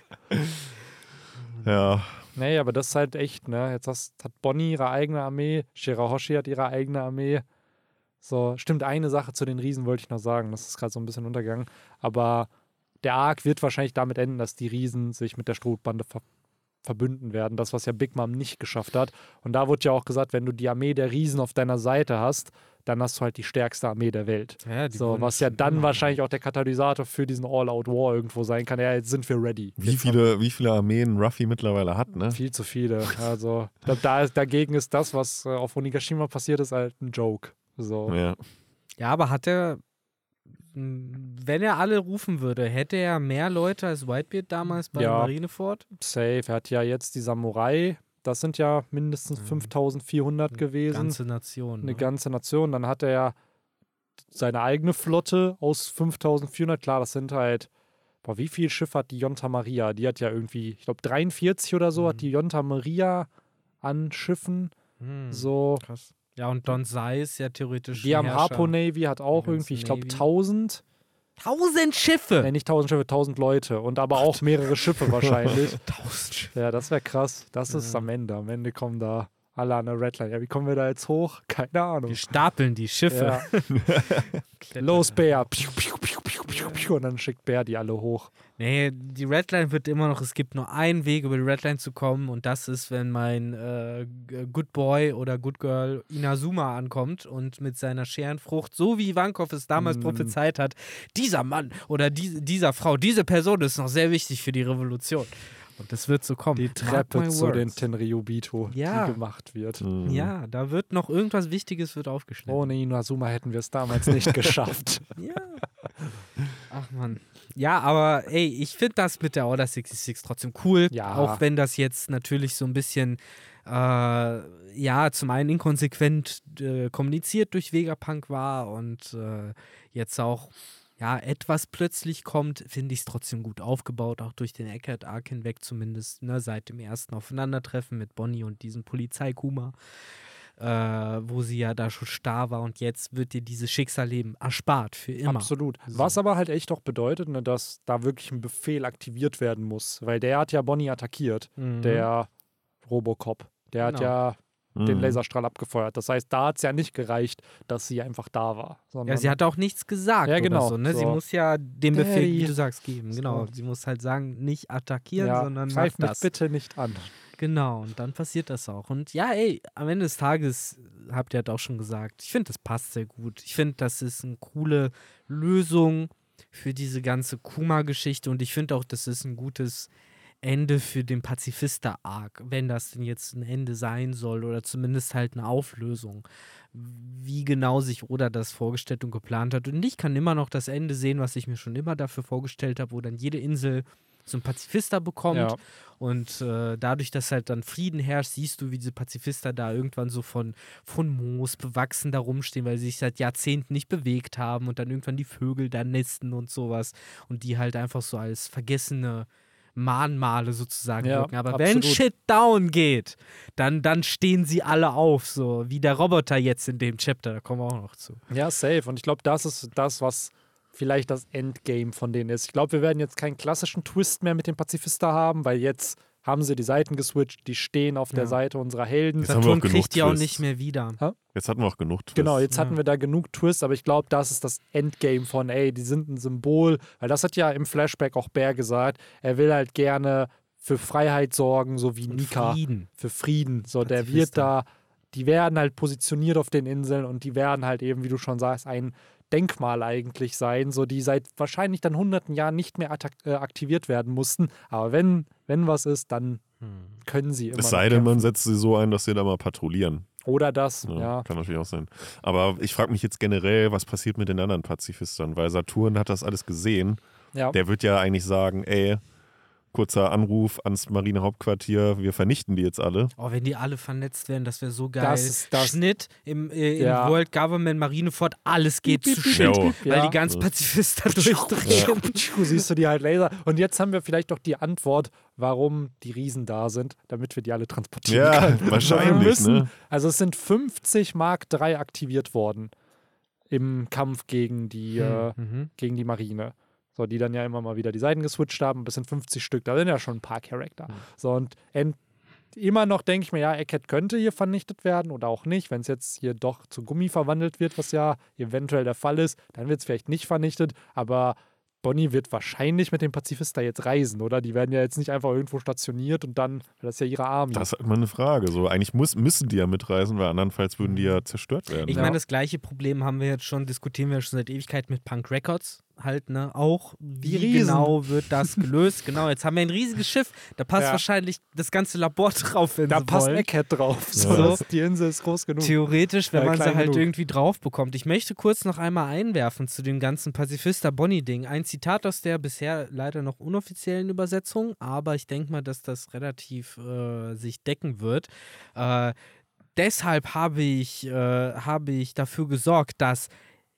Ja, Nee, aber das ist halt echt, ne? Jetzt hast, hat Bonnie ihre eigene Armee, Shirahoshi hat ihre eigene Armee. So, stimmt, eine Sache zu den Riesen wollte ich noch sagen. Das ist gerade so ein bisschen untergegangen. Aber der Arc wird wahrscheinlich damit enden, dass die Riesen sich mit der Strohbande ver verbünden werden. Das, was ja Big Mom nicht geschafft hat. Und da wurde ja auch gesagt, wenn du die Armee der Riesen auf deiner Seite hast, dann hast du halt die stärkste Armee der Welt. Ja, die So, wurden was ja schon dann immer- wahrscheinlich auch der Katalysator für diesen All-Out-War irgendwo sein kann. Ja, jetzt sind wir ready. wie Jetzt haben viele, wie viele Armeen Ruffy mittlerweile hat, ne? Viel zu viele. Also da, da ist, dagegen ist das, was äh, auf Onigashima passiert ist, halt ein Joke. So. Ja. Ja, aber hat er, m, wenn er alle rufen würde, hätte er mehr Leute als Whitebeard damals bei Ja. Marineford? Safe. Er hat ja jetzt die Samurai. Das sind ja mindestens Mhm. fünftausendvierhundert gewesen. Ganze Nation. Eine ne? ganze Nation. Dann hat er ja seine eigene Flotte aus fünftausendvierhundert. Klar, das sind halt. Boah, wie viel Schiff hat die Jonta Maria? Die hat ja irgendwie, ich glaube, dreiundvierzig oder so Mhm. hat die Jonta Maria an Schiffen. Hm, So. krass. Ja, und Don Sai ist ja theoretisch Die ein am Herrscher. Harpo Navy hat auch der ganzen irgendwie, ich glaube, Navy. tausend. Tausend Schiffe! Nee, nicht tausend Schiffe, tausend Leute. Und aber auch mehrere Schiffe wahrscheinlich. Tausend Schiffe. Ja, das wäre krass. Das ist Ja. am Ende. Am Ende kommen da alle an der Redline. Ja, wie kommen wir da jetzt hoch? Keine Ahnung. Wir stapeln die Schiffe. Ja. Klettern. Los, Bär. Piu, piu, piu, piu, piu, piu. Und dann schickt Bär die alle hoch. Nee, die Redline wird immer noch, es gibt nur einen Weg, über die Redline zu kommen und das ist, wenn mein äh, Good Boy oder Good Girl Inazuma ankommt und mit seiner Scherenfrucht, so wie Ivankov es damals Mm. prophezeit hat, dieser Mann oder die, dieser Frau, diese Person ist noch sehr wichtig für die Revolution. Und das wird so kommen. Die Mark Treppe my zu words. den Tenryubito, Ja. die gemacht wird. Mhm. Ja, da wird noch irgendwas Wichtiges wird aufgeschnitten. Ohne Inazuma hätten wir es damals nicht geschafft. Ja. Ach man. Ja, aber ey, ich finde das mit der Order sechsundsechzig trotzdem cool. Ja. Auch wenn das jetzt natürlich so ein bisschen, äh, ja, zum einen inkonsequent äh, kommuniziert durch Vegapunk war und äh, jetzt auch, ja, etwas plötzlich kommt, finde ich es trotzdem gut aufgebaut, auch durch den Eckert-Arc hinweg zumindest, ne, seit dem ersten Aufeinandertreffen mit Bonnie und diesem Polizeikuma. Äh, wo sie ja da schon starr war und jetzt wird dir dieses Schicksalleben erspart für immer. Absolut. So. Was aber halt echt auch bedeutet, ne, dass da wirklich ein Befehl aktiviert werden muss. Weil der hat ja Bonnie attackiert, Mhm. der Robocop. Der hat Genau. ja den Mhm. Laserstrahl abgefeuert. Das heißt, da hat es ja nicht gereicht, dass sie einfach da war. Sondern Ja, sie hat auch nichts gesagt Ja, genau, oder so, ne? Sie so. muss ja den Befehl, Daddy. wie du sagst, geben. Genau. So. Sie muss halt sagen, nicht attackieren, ja, sondern greif mach mich das. bitte nicht an. Genau, und dann passiert das auch. Und ja, ey, am Ende des Tages, habt ihr halt auch schon gesagt, ich finde, das passt sehr gut. Ich finde, das ist eine coole Lösung für diese ganze Kuma-Geschichte und ich finde auch, das ist ein gutes Ende für den Pazifista-Arc, wenn das denn jetzt ein Ende sein soll oder zumindest halt eine Auflösung. Wie genau sich Oda das vorgestellt und geplant hat. Und ich kann immer noch das Ende sehen, was ich mir schon immer dafür vorgestellt habe, wo dann jede Insel so einen Pazifista bekommt. Ja. Und äh, dadurch, dass halt dann Frieden herrscht, siehst du, wie diese Pazifista da irgendwann so von, von Moos bewachsen da rumstehen, weil sie sich seit Jahrzehnten nicht bewegt haben und dann irgendwann die Vögel da nesten und sowas. Und die halt einfach so als vergessene Mahnmale sozusagen Ja, wirken. Aber wenn absolut. Shit down geht, dann, dann stehen sie alle auf, so wie der Roboter jetzt in dem Chapter. Da kommen wir auch noch zu. Ja, safe. Und ich glaube, das ist das, was vielleicht das Endgame von denen ist. Ich glaube, wir werden jetzt keinen klassischen Twist mehr mit dem Pazifista haben, weil jetzt haben sie die Seiten geswitcht, die stehen auf der Ja. Seite unserer Helden. Jetzt haben wir Saturn auch genug kriegt die auch Twists. nicht mehr wieder. Jetzt hatten wir auch genug Twists. Genau, jetzt Ja. hatten wir da genug Twists, aber ich glaube, das ist das Endgame von, ey, die sind ein Symbol, weil das hat ja im Flashback auch Bear gesagt, er will halt gerne für Freiheit sorgen, so wie Und Nika, Frieden. für Frieden. So, der Pazifista. wird da, die werden halt positioniert auf den Inseln und die werden halt eben, wie du schon sagst, ein Denkmal eigentlich sein, so die seit wahrscheinlich dann hunderten Jahren nicht mehr attack- äh, aktiviert werden mussten. Aber wenn, wenn was ist, dann Hm. können sie immer Es noch sei denn, man kämpfen. setzt sie so ein, dass sie da mal patrouillieren. Oder das, Ja, ja. Kann natürlich auch sein. Aber ich frage mich jetzt generell, was passiert mit den anderen Pazifistern? Weil Saturn hat das alles gesehen. ja. Der wird ja eigentlich sagen, ey, kurzer Anruf ans Marinehauptquartier, wir vernichten die jetzt alle. Oh, wenn die alle vernetzt werden, das wäre so geil. Das ist das- Schnitt im, äh, im Ja. World Government Marineford, alles geht Piep, zu piep, Shit, piep, weil ja. die ganzen Pazifisten durchdrehen. Du siehst du die halt Laser. Und jetzt haben wir vielleicht doch die Antwort, warum die Riesen da sind, damit wir die alle transportieren Ja, können. Wir wahrscheinlich, müssen, ne? Also es sind fünfzig Mark drei aktiviert worden im Kampf gegen die, äh, Mhm. gegen die Marine. So, die dann ja immer mal wieder die Seiten geswitcht haben, bis in fünfzig Stück. Da sind ja schon ein paar Charakter. So, und ent immer noch denke ich mir, ja, Egghead könnte hier vernichtet werden oder auch nicht. Wenn es jetzt hier doch zu Gummi verwandelt wird, was ja eventuell der Fall ist, dann wird es vielleicht nicht vernichtet. Aber Bonnie wird wahrscheinlich mit dem Pazifista jetzt reisen, oder? Die werden ja jetzt nicht einfach irgendwo stationiert und dann, das ist ja ihre Army. Das ist immer eine Frage. So, eigentlich muss, müssen die ja mitreisen, weil andernfalls würden die ja zerstört werden. Ich Ja. meine, das gleiche Problem haben wir jetzt schon, diskutieren wir schon seit Ewigkeit mit Punk Records halt, ne? Auch, wie Riesen. genau wird das gelöst? Genau, jetzt haben wir ein riesiges Schiff, da passt Ja. wahrscheinlich das ganze Labor drauf, wenn da sie passt wollen. Egghead drauf. So, Ja. das, die Insel ist groß genug. Theoretisch, wenn Ja, man sie klein halt genug. irgendwie drauf bekommt. Ich möchte kurz noch einmal einwerfen zu dem ganzen Pazifista-Bonnie-Ding. Ein Zitat aus der bisher leider noch unoffiziellen Übersetzung, aber ich denke mal, dass das relativ äh, sich decken wird. Äh, deshalb habe ich, äh, habe ich dafür gesorgt, dass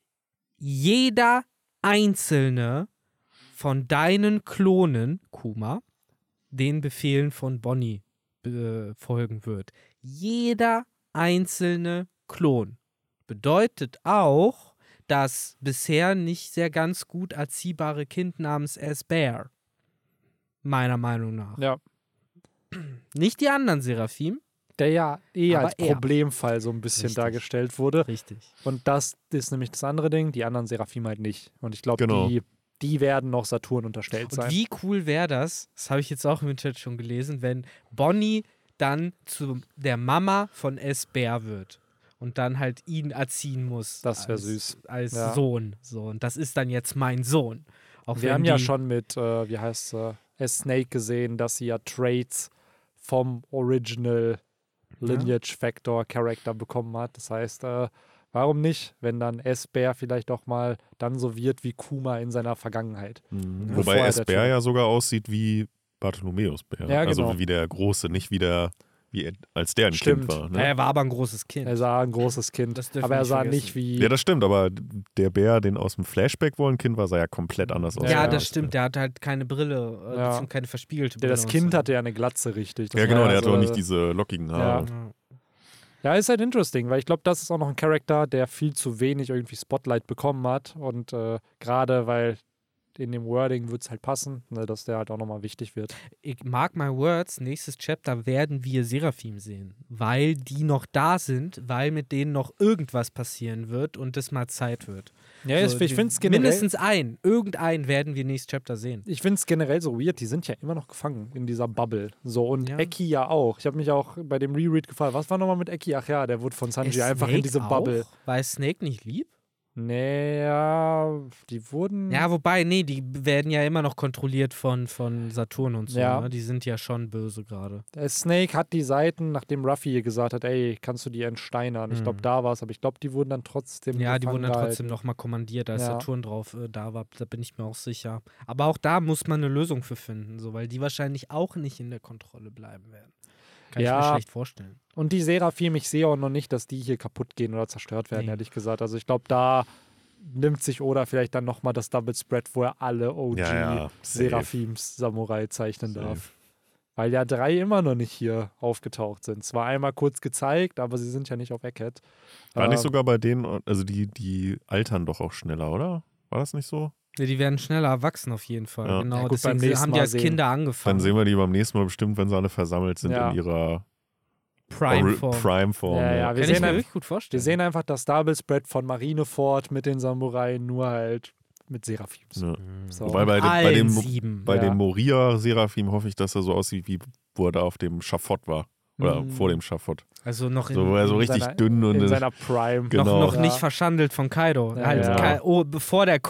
jeder einzelne von deinen Klonen, Kuma, den Befehlen von Bonnie äh, folgen wird. Jeder einzelne Klon. Bedeutet auch das bisher nicht sehr ganz gut erziehbare Kind namens S. Bear. Meiner Meinung nach. Ja. Nicht die anderen Seraphim. Der ja eh Aber als er. Problemfall so ein bisschen Richtig. dargestellt wurde. Richtig. Und das ist nämlich das andere Ding, die anderen Seraphim halt nicht. Und ich glaube, Genau. die, die werden noch Saturn unterstellt Und sein. wie cool wäre das, das habe ich jetzt auch im Chat schon gelesen, wenn Bonnie dann zu der Mama von S. Bear wird und dann halt ihn erziehen muss. Das wär als- süß. Als Ja. Sohn. So, und das ist dann jetzt mein Sohn. Auch Wir wenn haben ja die- schon mit, äh, wie heißt sie, S. Snake gesehen, dass sie ja Traits vom Original Lineage Factor Character bekommen hat. Das heißt, äh, warum nicht, wenn dann S. Bear vielleicht auch mal dann so wird wie Kuma in seiner Vergangenheit. Mhm. Bevor Wobei er S. der Bär Typ- ja sogar aussieht wie Bartholomäus Bär. Ja, Also genau. wie der Große, nicht wie der, wie er, als der ein Stimmt. Kind war. Ja, Ne? er war aber ein großes Kind. Er sah ein großes Kind, Das dürfen aber wir er nicht sah vergessen. nicht wie... Ja, das stimmt, aber der Bär, den aus dem Flashback, wo er ein Kind war, sah ja komplett anders aus. ja, ja, das ja. stimmt. Der hatte halt keine Brille, äh, Ja. beziehungsweise keine verspiegelte der, Brille. das und Kind so. hatte ja eine Glatze, richtig. Das Ja, war genau, der ja hatte so- auch nicht diese lockigen Haare. Ja. Ja, ist halt interesting, weil ich glaube, das ist auch noch ein Charakter, der viel zu wenig irgendwie Spotlight bekommen hat. Und äh, gerade weil in dem Wording wird es halt passen, ne, dass der halt auch nochmal wichtig wird. Ich mark my words, nächstes Chapter werden wir Seraphim sehen, weil die noch da sind, weil mit denen noch irgendwas passieren wird und es mal Zeit wird. Ja, So, ich, ich die- finde es generell, Mindestens ein, irgendeinen werden wir nächstes Chapter sehen. ich find's generell so weird, die sind ja immer noch gefangen in dieser Bubble. So, und Ja. Eki ja auch. Ich habe mich auch bei dem Reread gefragt, was war nochmal mit Eki? Ach ja, der wurde von Sanji Ist einfach in Snake diese auch? Bubble. War Snake nicht lieb? Naja, die wurden. Ja, wobei, nee, die werden ja immer noch kontrolliert von, von Saturn und so. Ja. Ne? Die sind ja schon böse gerade. Der Snake hat die Seiten, nachdem Ruffy ihr gesagt hat, ey, kannst du die entsteinern? Ich glaube, Mhm. da war es, aber ich glaube, die wurden dann trotzdem Ja, die gefangen wurden dann trotzdem gehalten. nochmal kommandiert, als Ja. Saturn drauf äh, da war. Da bin ich mir auch sicher. Aber auch da muss man eine Lösung für finden, so, weil die wahrscheinlich auch nicht in der Kontrolle bleiben werden. Kann ich Ja. mir schlecht vorstellen. Und die Seraphim, ich sehe auch noch nicht, dass die hier kaputt gehen oder zerstört werden, Nee. ehrlich gesagt. Also ich glaube, da nimmt sich Oda vielleicht dann nochmal das Double Spread, wo er alle O G Ja, ja, safe. Seraphims Samurai zeichnen Safe. darf. Weil ja drei immer noch nicht hier aufgetaucht sind. Zwar einmal kurz gezeigt, aber sie sind ja nicht auf Egghead. War nicht Ähm, sogar bei denen, also die, die altern doch auch schneller, oder? War das nicht so? Ja, die werden schneller erwachsen auf jeden Fall. Ja. Genau, Ja, gut, beim deswegen nächsten haben die Mal als sehen. Kinder angefangen. Dann sehen wir die beim nächsten Mal bestimmt, wenn sie alle versammelt sind Ja. in ihrer Prime-Form. Prime-Form. Ja, ja, wir Kann ich sehen mir ein- wirklich gut vorstellen. Wir sehen einfach das Double Spread von Marineford mit den Samurai, nur halt mit Seraphims. Ja. So. Wobei bei dem, bei Allen dem, sieben. bei Ja. dem Moria-Seraphim hoffe ich, dass er so aussieht, wie wo er da auf dem Schafott war. Oder Mm. vor dem Schafott. Also noch in, So, wo er so in richtig seiner- dünn und In äh, seiner Prime. Genau. noch, noch Ja. nicht verschandelt von Kaido. Ja, halt ja. Kai- oh, bevor der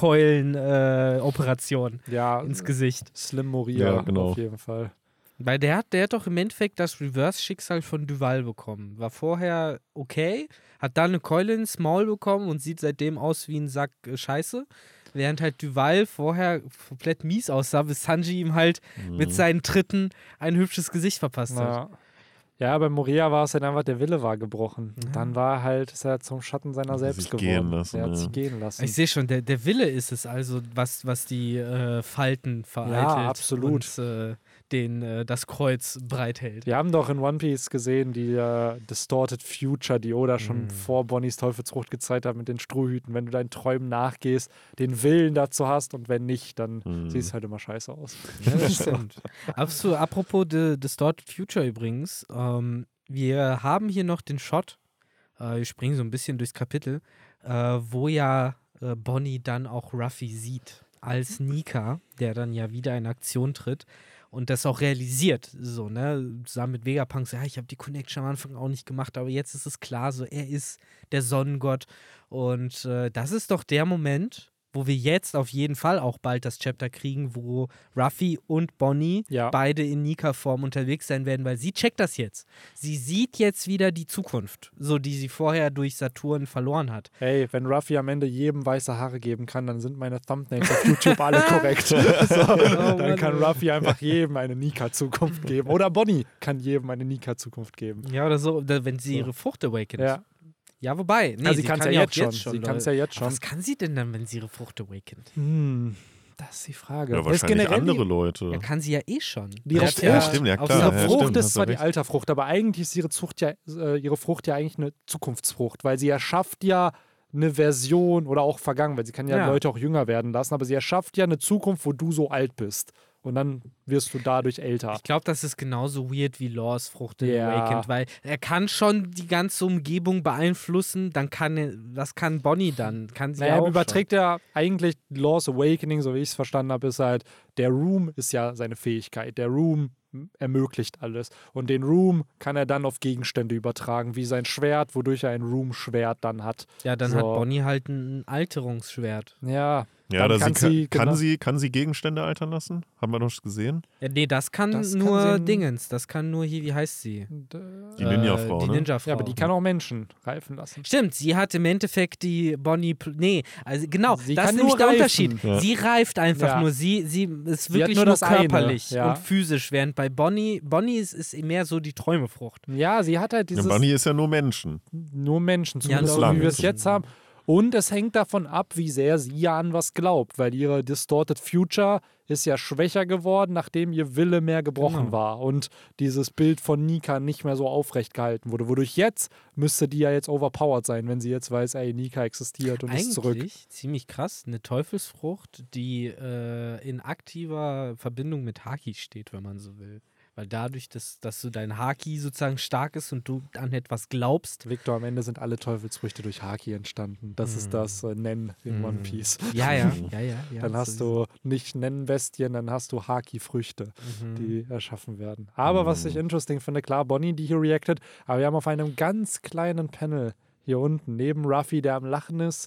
Keulen-Operation Ja, ins Gesicht. Slim Moria Ja, genau. auf jeden Fall. Weil der hat, der hat doch im Endeffekt das Reverse-Schicksal von Duval bekommen. War vorher okay, hat dann eine Keule ins Maul bekommen und sieht seitdem aus wie ein Sack äh, Scheiße. Während halt Duval vorher komplett mies aussah, bis Sanji ihm halt Mhm. mit seinen Tritten ein hübsches Gesicht verpasst hat. Ja. Ja, bei Moria war es halt einfach, der Wille war gebrochen. Ja. Dann war er halt, ist er zum Schatten seiner Hat er selbst sich geworden. gehen lassen, er hat ja. sich gehen lassen. Ich sehe schon, der, der Wille ist es also, was, was die äh, Falten vereitelt absolut. und äh, den, äh, das Kreuz breithält. Wir haben doch in One Piece gesehen, die äh, Distorted Future, die Oda schon Mm. vor Bonnies Teufelsfrucht gezeigt hat mit den Strohhüten. Wenn du deinen Träumen nachgehst, den Willen dazu hast und wenn nicht, dann Mhm. siehst du halt immer scheiße aus. Ja, das stimmt. Absolut. Apropos The Distorted Future übrigens, ähm, wir haben hier noch den Shot, äh, wir springen so ein bisschen durchs Kapitel, äh, wo ja äh, Bonnie dann auch Ruffy sieht als Nika, der dann ja wieder in Aktion tritt und das auch realisiert, so, ne, zusammen mit Vegapunk, so, ja, ich habe die Connection am Anfang auch nicht gemacht, aber jetzt ist es klar, so, er ist der Sonnengott und äh, das ist doch der Moment, wo wir jetzt auf jeden Fall auch bald das Chapter kriegen, wo Ruffy und Bonnie Ja. beide in Nika-Form unterwegs sein werden, weil sie checkt das jetzt. Sie sieht jetzt wieder die Zukunft, so die sie vorher durch Saturn verloren hat. Hey, wenn Ruffy am Ende jedem weiße Haare geben kann, dann sind meine Thumbnails auf YouTube alle korrekt. so, dann Mann, kann ey. Ruffy einfach jedem eine Nika-Zukunft geben. Oder Bonnie kann jedem eine Nika-Zukunft geben. Ja, oder so, oder wenn sie So. ihre Frucht awakent. Ja, Ja, wobei, nee, ja sie sie kann es kann ja auch jetzt schon. Sie Leute. kann es ja jetzt Aber schon. was kann sie denn dann, wenn sie ihre Frucht awakent? Hm, das ist die Frage. Ja, Das ist wahrscheinlich generell die- andere Leute. Ja, kann sie ja eh schon. Die Sie Ihre hat Frucht- ja, stimmt, ja auf klar. Ihre ihrer ja, Frucht stimmt, ist hast zwar du die recht. Alterfrucht, aber eigentlich ist ihre, Zucht ja, äh, ihre Frucht ja eigentlich eine Zukunftsfrucht, weil sie erschafft ja eine Version oder auch vergangen, weil sie kann ja, Ja. Leute auch jünger werden lassen, aber sie erschafft ja eine Zukunft, wo du so alt bist. Und dann wirst du dadurch älter. Ich glaube, das ist genauso weird wie Laws Frucht in Ja. Awakened, weil er kann schon die ganze Umgebung beeinflussen, dann kann er, was kann Bonnie dann? Kann sie Naja, auch überträgt ja eigentlich Laws Awakening, so wie ich es verstanden habe, ist halt, der Room ist ja seine Fähigkeit. Der Room ermöglicht alles. Und den Room kann er dann auf Gegenstände übertragen, wie sein Schwert, wodurch er ein Room-Schwert dann hat. schon. Ja, dann So. hat Bonnie halt ein Alterungsschwert. Ja, Ja, dann da kann sie, kann, sie, kann, genau- sie, kann sie Gegenstände altern lassen? Haben wir noch gesehen? Ja, nee, das kann Das kann nur sie- Dingens. Das kann nur hier, wie heißt sie? Die Ninja-Frau, äh, Die ne? Ninja-Frau. Ja, aber die kann auch Menschen reifen lassen. Stimmt, sie hat im Endeffekt die Bonnie. pl- Nee, also genau, Sie das kann ist nämlich nur der reifen. Unterschied. Ja. Sie reift einfach Ja. nur. Sie, sie ist Sie hat wirklich nur nur, das eine, körperlich ja. und physisch, während bei Bonnie, Bonnie ist, ist mehr so die Träumefrucht. Ja, sie hat halt Ja, dieses Bunny ist ja nur Menschen. nur Menschen, Ja, zumindest nur so wie wir es Menschen. jetzt haben. Und es hängt davon ab, wie sehr sie ja an was glaubt, weil ihre Distorted Future ist ja schwächer geworden, nachdem ihr Wille mehr gebrochen Genau. war und dieses Bild von Nika nicht mehr so aufrecht gehalten wurde. Wodurch jetzt müsste die ja jetzt overpowered sein, wenn sie jetzt weiß, ey, Nika existiert und ist zurück. Eigentlich ziemlich krass. Eine Teufelsfrucht, die äh, in aktiver Verbindung mit Haki steht, wenn man so will. Weil dadurch, dass, dass du dein Haki sozusagen stark ist und du an etwas glaubst. Victor, am Ende sind alle Teufelsfrüchte durch Haki entstanden. Das ist das äh, Nen in Mm. One Piece. Ja, ja, ja, ja. ja Dann hast du nicht Nen-Bestien, dann hast du Haki-Früchte, Mhm. die erschaffen werden. Aber was ich interesting finde, klar, Bonnie, die hier reacted, aber wir haben auf einem ganz kleinen Panel hier unten, neben Ruffy, der am Lachen ist,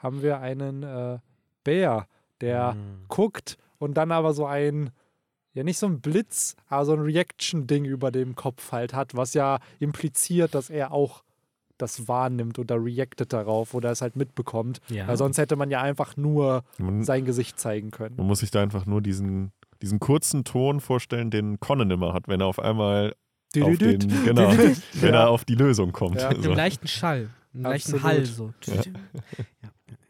haben wir einen äh, Bär, der Mhm. guckt und dann aber so ein, ja nicht so ein Blitz, aber so ein Reaction-Ding über dem Kopf halt hat, was ja impliziert, dass er auch das wahrnimmt oder reactet darauf oder es halt mitbekommt. Ja. Weil sonst hätte man ja einfach nur Man, sein Gesicht zeigen können. man muss sich da einfach nur diesen, diesen kurzen Ton vorstellen, den Conan immer hat, wenn er auf einmal auf den, genau, wenn Ja. er auf die Lösung kommt. Ja. Mit einem So. leichten Schall, einem leichten Absolut. Hall so. Ja. Ja.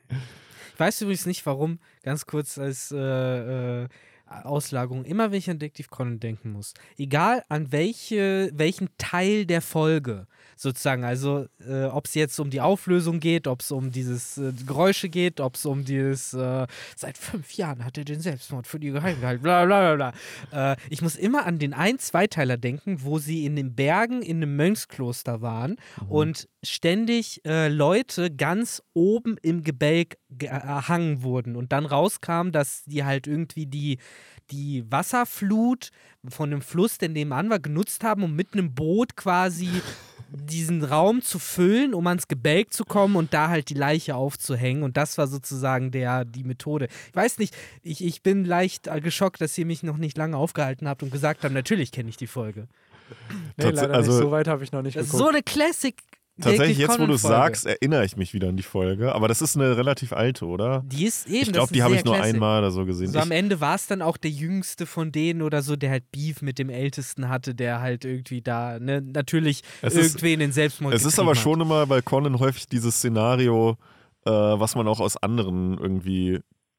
Ich weiß übrigens nicht, warum, ganz kurz als äh, äh, Auslagerung, immer wenn ich an Detektiv Conan denken muss, egal an welche, welchen Teil der Folge sozusagen, also äh, ob es jetzt um die Auflösung geht, ob es um dieses äh, Geräusche geht, ob es um dieses äh, seit fünf Jahren hat er den Selbstmord für die geheim gehalten, bla bla bla bla. Äh, ich muss immer an den ein-, Zweiteiler denken, wo sie in den Bergen in einem Mönchskloster waren und ständig äh, Leute ganz oben im Gebälk gehangen wurden und dann rauskam, dass die halt irgendwie die, die Wasserflut von dem Fluss, der nebenan war, genutzt haben, um mit einem Boot quasi diesen Raum zu füllen, um ans Gebälk zu kommen und da halt die Leiche aufzuhängen. Und das war sozusagen der, die Methode. Ich weiß nicht, ich, ich bin leicht äh, geschockt, dass ihr mich noch nicht lange aufgehalten habt und gesagt habt, natürlich kenne ich die Folge. Nee, Tats- leider also- nicht. So weit habe ich noch nicht Das ist geguckt. so eine Classic. Tatsächlich, Detektiv jetzt wo du Conan-Folge. sagst, erinnere ich mich wieder an die Folge. Aber das ist eine relativ alte, oder? Die ist eben, Ich das glaube, ist die habe sehr ich nur Classic. einmal oder so gesehen. So am Ich, Ende war es dann auch der Jüngste von denen oder so, der halt Beef mit dem Ältesten hatte, der halt irgendwie da, ne, natürlich Es ist- irgendwen in den Selbstmord es ist getrieben aber hat. schon immer bei Conan häufig dieses Szenario, äh, was man auch aus anderen irgendwie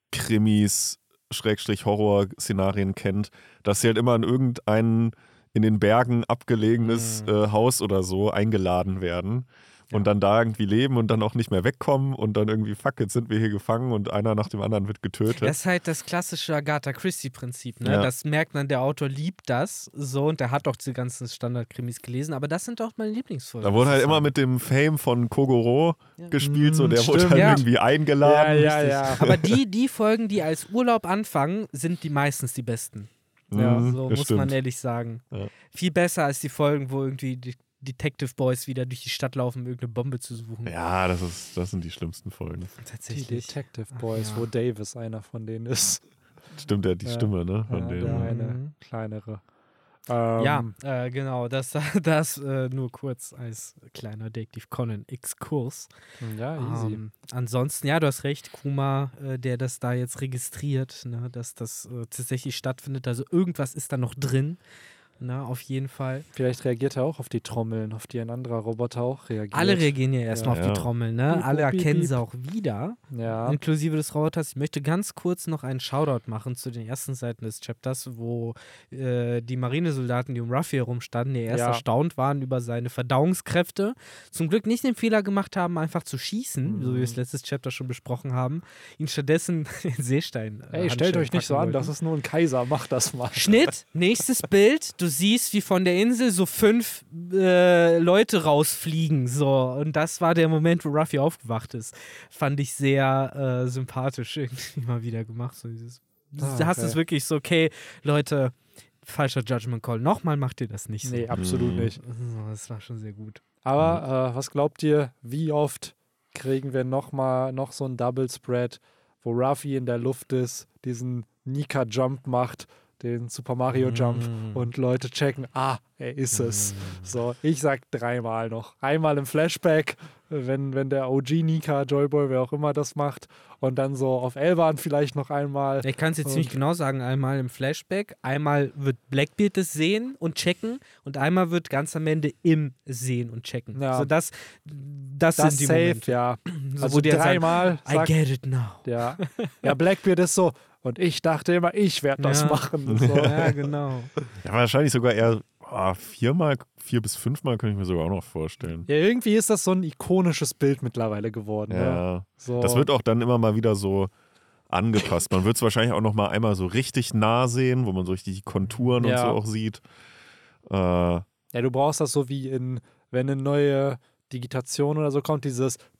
Krimis, Schrägstrich Horror-Szenarien kennt, dass sie halt immer in irgendein in den Bergen abgelegenes Mhm. äh, Haus oder so eingeladen werden. Und dann da irgendwie leben und dann auch nicht mehr wegkommen und dann irgendwie, fuck, jetzt sind wir hier gefangen und einer nach dem anderen wird getötet. Das ist halt das klassische Agatha Christie-Prinzip, ne? Ja. Das merkt man, der Autor liebt das so und der hat auch die ganzen Standard-Krimis gelesen, aber das sind auch meine Lieblingsfolgen. Da wurde muss halt ich immer sagen. mit dem Fame von Kogoro Ja. gespielt, so Mm, der wurde stimmt. halt Ja. irgendwie eingeladen. Ja, ja, richtig. ja. Aber die, die Folgen, die als Urlaub anfangen, sind die meistens die besten. Ja, Mhm, So das muss stimmt. man ehrlich sagen. Ja. Viel besser als die Folgen, wo irgendwie die Detective Boys wieder durch die Stadt laufen, um irgendeine Bombe zu suchen. Ja, das, ist, das sind die schlimmsten Folgen. Die Tatsächlich. Detective Ach, Boys, ja. wo Davis einer von denen ist. Stimmt ja die Ja. Stimme, ne? Von Ja, dem. der ja. eine Mhm. kleinere. Ähm, Ja, äh, genau, das, das äh, nur kurz als kleiner Detektiv Conan-Exkurs. Ja, easy. Ähm, ansonsten, ja, du hast recht, Kuma, äh, der das da jetzt registriert, ne, dass das äh, tatsächlich stattfindet. Also irgendwas ist da noch drin, ne, auf jeden Fall. Vielleicht reagiert er auch auf die Trommeln, auf die ein anderer Roboter auch reagiert. Alle reagieren ja erstmal Ja. auf Ja. die Trommeln, ne? Piep, Alle piep, erkennen piep. sie auch wieder, Ja. inklusive des Roboters. Ich möchte ganz kurz noch einen Shoutout machen zu den ersten Seiten des Chapters, wo äh, die Marinesoldaten, die um Ruffy herumstanden, die erst Ja. erstaunt waren über seine Verdauungskräfte. Zum Glück nicht den Fehler gemacht haben, einfach zu schießen, so wie wir es Mhm. letztes Chapter schon besprochen haben. Ihn stattdessen in Seestein. äh, Ey, stellt Handschellen euch nicht so packen an, das wollten. ist nur ein Kaiser, macht das mal. Schnitt, nächstes Bild, du siehst, wie von der Insel so fünf äh, Leute rausfliegen, so, und das war der Moment, wo Ruffy aufgewacht ist. Fand ich sehr äh, sympathisch irgendwie mal wieder gemacht, so dieses, Ah, du hast okay. es wirklich so, okay, Leute, falscher Judgment Call, nochmal macht ihr das nicht so. Nee, absolut Mhm. nicht. So, das war schon sehr gut. Aber äh, was glaubt ihr, wie oft kriegen wir noch mal noch so einen Double Spread, wo Ruffy in der Luft ist, diesen Nika Jump macht, den Super Mario Jump Mm. und Leute checken, ah, er ist es. Mm. So, ich sag dreimal noch. Einmal im Flashback, wenn, wenn der O G Nika, Joyboy, wer auch immer das macht, und dann so auf Elban vielleicht noch einmal. Ich kann es jetzt Und- ziemlich genau sagen, einmal im Flashback, einmal wird Blackbeard es sehen und checken und einmal wird ganz am Ende im Sehen und checken. Ja. Also das, das, Das sind die safe, Momente. ja. So, Also wo die dann dreimal sagen, I sagt, get it now. ja. Ja, Blackbeard ist so, und ich dachte immer, ich werde das Ja. machen. So. Ja, genau. Ja, wahrscheinlich sogar eher ah, viermal, vier bis fünfmal könnte ich mir sogar auch noch vorstellen. Ja, irgendwie ist das so ein ikonisches Bild mittlerweile geworden. Ne? Ja. So. Das wird auch dann immer mal wieder so angepasst. Man wird es wahrscheinlich auch noch mal einmal so richtig nah sehen, wo man so richtig die Konturen und Ja. so auch sieht. Äh, Ja, du brauchst das so wie in, wenn eine neue Digitation oder so kommt, dieses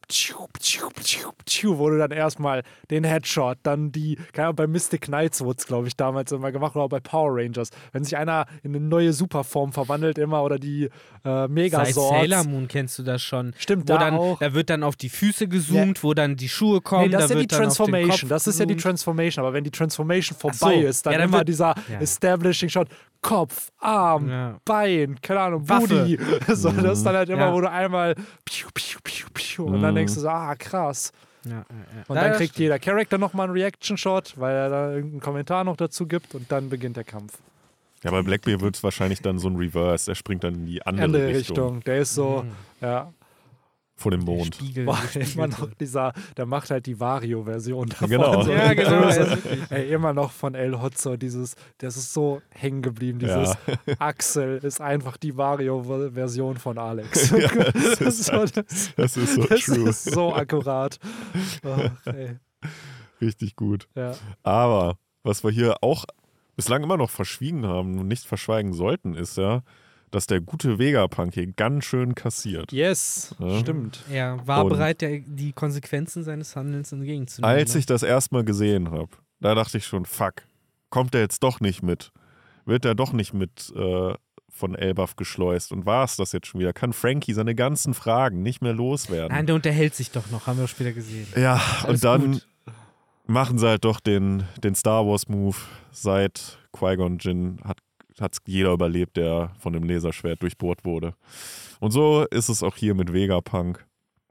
wo du dann erstmal den Headshot, dann die, keine Ahnung, bei Mystic Knights wurde es, glaube ich, damals immer gemacht, oder auch bei Power Rangers. Wenn sich einer in eine neue Superform verwandelt immer oder die äh, Seit Megasorts. Sailor Moon kennst du das schon. Stimmt, wo da dann, auch. Da wird dann auf die Füße gezoomt, ja. wo dann die Schuhe kommen. Nee, das da ist ja die wird dann auf den Transformation. Kopf Das ist ja die gezoomt. Transformation. Aber wenn die Transformation vorbei so. ist, dann, Ja, dann immer wird- dieser Ja. Establishing Shot. Kopf, Arm, Ja. Bein, keine Ahnung, Waffe. Booty. So, das ist dann halt immer, Ja. wo du einmal piu, piu, piu, piu, und dann denkst du so, ah, krass. Ja, ja, ja. Und Ja, dann das kriegt stimmt. jeder Charakter nochmal einen Reaction-Shot, weil er da irgendeinen Kommentar noch dazu gibt und dann beginnt der Kampf. Ja, bei Blackbeard wird es wahrscheinlich dann so ein Reverse. Er springt dann in die andere, Andere Richtung, Richtung. Der ist so, Mhm. ja, von dem Mond. Spiegel, war der immer noch Spiegelte. dieser, der macht halt die Vario-Version davon. Genau. So Ja, die genau. Größe. er ist wirklich- Ey, immer noch von El Hotzo, dieses, das ist so hängen geblieben, dieses Ja. Axel ist einfach die Vario-Version von Alex. Ja, das das, ist ist so, halt- das, Das ist so das true. ist so akkurat. Ach, ey. Richtig gut. Ja. Aber was wir hier auch bislang immer noch verschwiegen haben und nicht verschweigen sollten, ist ja, dass der gute Vegapunk hier ganz schön kassiert. Yes, Ja. stimmt. Er war Und- bereit, der, die Konsequenzen seines Handelns entgegenzunehmen. Als ich das erstmal gesehen habe, da dachte ich schon, fuck, kommt er jetzt doch nicht mit? Wird er doch nicht mit äh, von Elbaf geschleust? Und war es das jetzt schon wieder? Kann Frankie seine ganzen Fragen nicht mehr loswerden? Nein, der unterhält sich doch noch, haben wir auch später gesehen. Ja, Alles und dann gut. machen sie halt doch den, den Star Wars Move. Seit Qui-Gon Jinn hat es jeder überlebt, der von dem Laserschwert durchbohrt wurde. Und so ist es auch hier mit Vegapunk,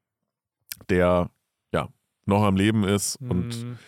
der ja noch am Leben ist. Und Mm.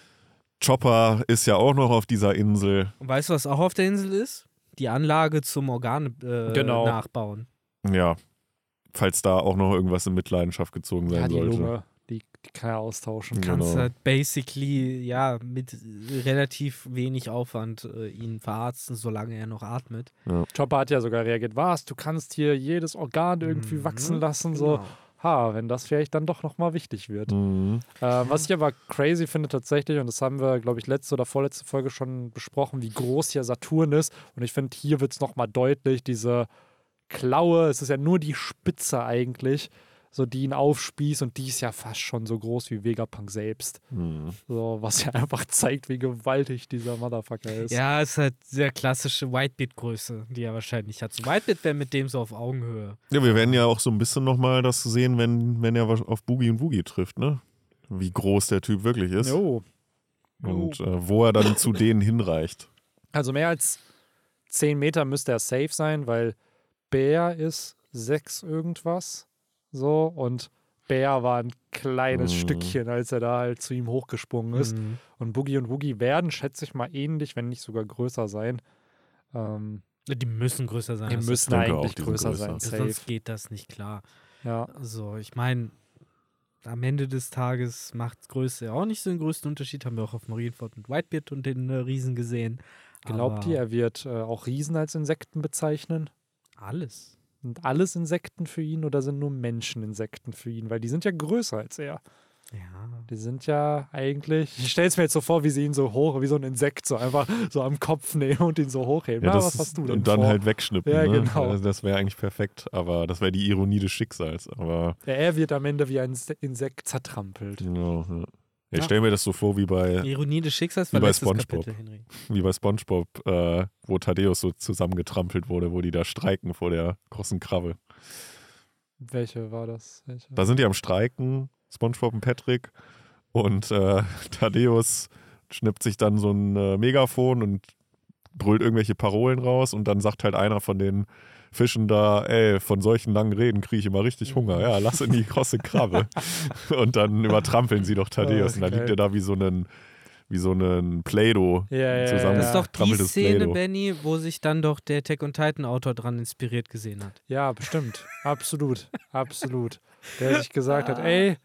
Chopper ist ja auch noch auf dieser Insel. Und weißt du, was auch auf der Insel ist? Die Anlage zum Organe äh, Genau. nachbauen. Ja, falls da auch noch irgendwas in Mitleidenschaft gezogen sein Ja, die sollte. Lunge, die, die kann er austauschen. Genau. Kannst halt basically, ja, mit relativ wenig Aufwand äh, ihn verarzten, solange er noch atmet. Chopper hat ja sogar reagiert, was, du kannst hier jedes Organ irgendwie Mhm. wachsen lassen, so. Genau. Ha, wenn das vielleicht dann doch nochmal wichtig wird. Mhm. Äh, was ich aber crazy finde tatsächlich, und das haben wir, glaube ich, letzte oder vorletzte Folge schon besprochen, wie groß hier Saturn ist. Und ich finde, hier wird es nochmal deutlich, diese Klaue, es ist ja nur die Spitze eigentlich, so die ihn aufspießt und die ist ja fast schon so groß wie Vegapunk selbst. Mhm. So, was ja einfach zeigt, wie gewaltig dieser Motherfucker ist. Ja, ist halt sehr klassische Whitebeard-Größe, die er wahrscheinlich hat. So Whitebeard wäre mit dem so auf Augenhöhe. Ja, wir werden ja auch so ein bisschen nochmal das sehen, wenn, wenn er auf Boogie und Woogie trifft, ne? Wie groß der Typ wirklich ist. Jo. Und äh, wo er dann zu denen hinreicht. Also mehr als zehn Meter müsste er safe sein, weil Bär ist sechs irgendwas. So, und Bär war ein kleines Mhm. Stückchen, als er da halt zu ihm hochgesprungen ist. Mhm. Und Boogie und Woogie werden, schätze ich mal, ähnlich, wenn nicht sogar größer sein. Ähm, Die müssen größer sein. die als müssen denke eigentlich auch, die sind größer größer. sein, das. safe. Sonst geht das nicht klar. Ja. Also, ich meine, am Ende des Tages macht Größe auch nicht so den größten Unterschied. Haben wir auch auf Marienford mit Whitebeard und den äh, Riesen gesehen. Glaubt Aber ihr, er wird äh, auch Riesen als Insekten bezeichnen? alles. Sind alles Insekten für ihn oder sind nur Menschen Insekten für ihn? Weil die sind ja größer als er. Ja. Die sind ja eigentlich, ich stelle es mir jetzt so vor, wie sie ihn so hoch, wie so ein Insekt, so einfach so am Kopf nehmen und ihn so hochheben. Ja, Na, das was hast du denn und dann vor? halt wegschnippen. Ja, ne? genau. Das, das wäre eigentlich perfekt, aber das wäre die Ironie des Schicksals. Aber Ja, er wird am Ende wie ein Se- Insekt zertrampelt. genau, ja. Ich Ja. stelle mir das so vor wie bei, Ironie des Schicksals Wie war bei letztes SpongeBob. Kapitel, Henry. wie bei SpongeBob, äh, wo Thaddeus so zusammengetrampelt wurde, wo die da streiken vor der großen Krabbe. Welche war das? Welche? Da sind die am Streiken, SpongeBob und Patrick. Und äh, Thaddeus schnippt sich dann so ein äh, Megafon und brüllt irgendwelche Parolen raus. Und dann sagt halt einer von den Fischen da, ey, von solchen langen Reden kriege ich immer richtig Hunger. Ja, lass in die große Krabbe. Und dann übertrampeln sie doch Thaddeus. Oh, und dann geil. liegt er da wie so ein, wie so ein Play-Doh. ja, ja, zusammen- Das ist ja. doch die trampeltes Szene, Play-Doh. Benny, wo sich dann doch der Attack on Titan Autor dran inspiriert gesehen hat. Ja, bestimmt. Absolut. Absolut. Der sich gesagt hat, ey,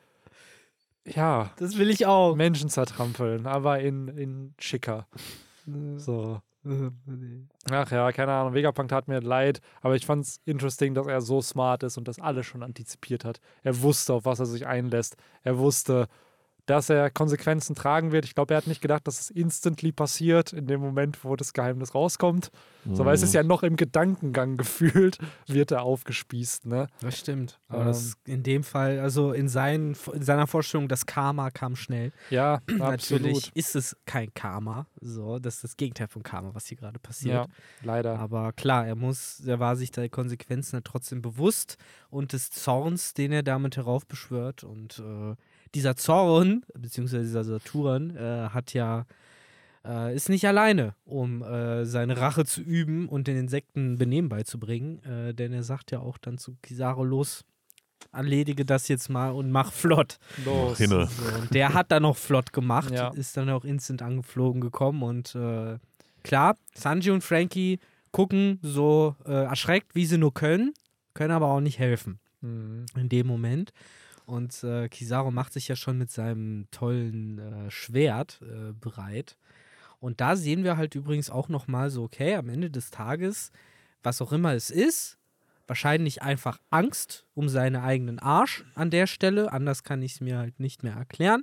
ja, Das will ich auch. Menschen zertrampeln, aber in, in schicker. So. Ach ja, keine Ahnung. Vegapunk tat mir leid, aber ich fand es interesting, dass er so smart ist und das alles schon antizipiert hat. Er wusste, auf was er sich einlässt. Er wusste, dass er Konsequenzen tragen wird. Ich glaube, er hat nicht gedacht, dass es instantly passiert, in dem Moment, wo das Geheimnis rauskommt. Mhm. So, weil es ist ja noch im Gedankengang gefühlt, wird er aufgespießt, ne? Das stimmt. Aber Ähm. das in dem Fall, also in, seinen, in seiner Vorstellung, das Karma kam schnell. Ja, Natürlich absolut. ist es kein Karma. So, das ist das Gegenteil von Karma, was hier gerade passiert. Ja, leider. Aber klar, er muss, er war sich der Konsequenzen halt trotzdem bewusst und des Zorns, den er damit heraufbeschwört. Und äh, dieser Zorn, beziehungsweise dieser Saturn, äh, hat ja, äh, ist nicht alleine, um äh, seine Rache zu üben und den Insekten Benehmen beizubringen. Äh, denn er sagt ja auch dann zu Kizaru, los, erledige das jetzt mal und mach flott. Los. So, und der hat dann auch flott gemacht, Ja. ist dann auch instant angeflogen gekommen und äh, klar, Sanji und Frankie gucken so äh, erschreckt, wie sie nur können, können aber auch nicht helfen Mhm. in dem Moment. Und äh, Kizaru macht sich ja schon mit seinem tollen äh, Schwert äh, bereit. Und da sehen wir halt übrigens auch nochmal so, okay, am Ende des Tages, was auch immer es ist, wahrscheinlich einfach Angst um seinen eigenen Arsch an der Stelle. Anders kann ich es mir halt nicht mehr erklären.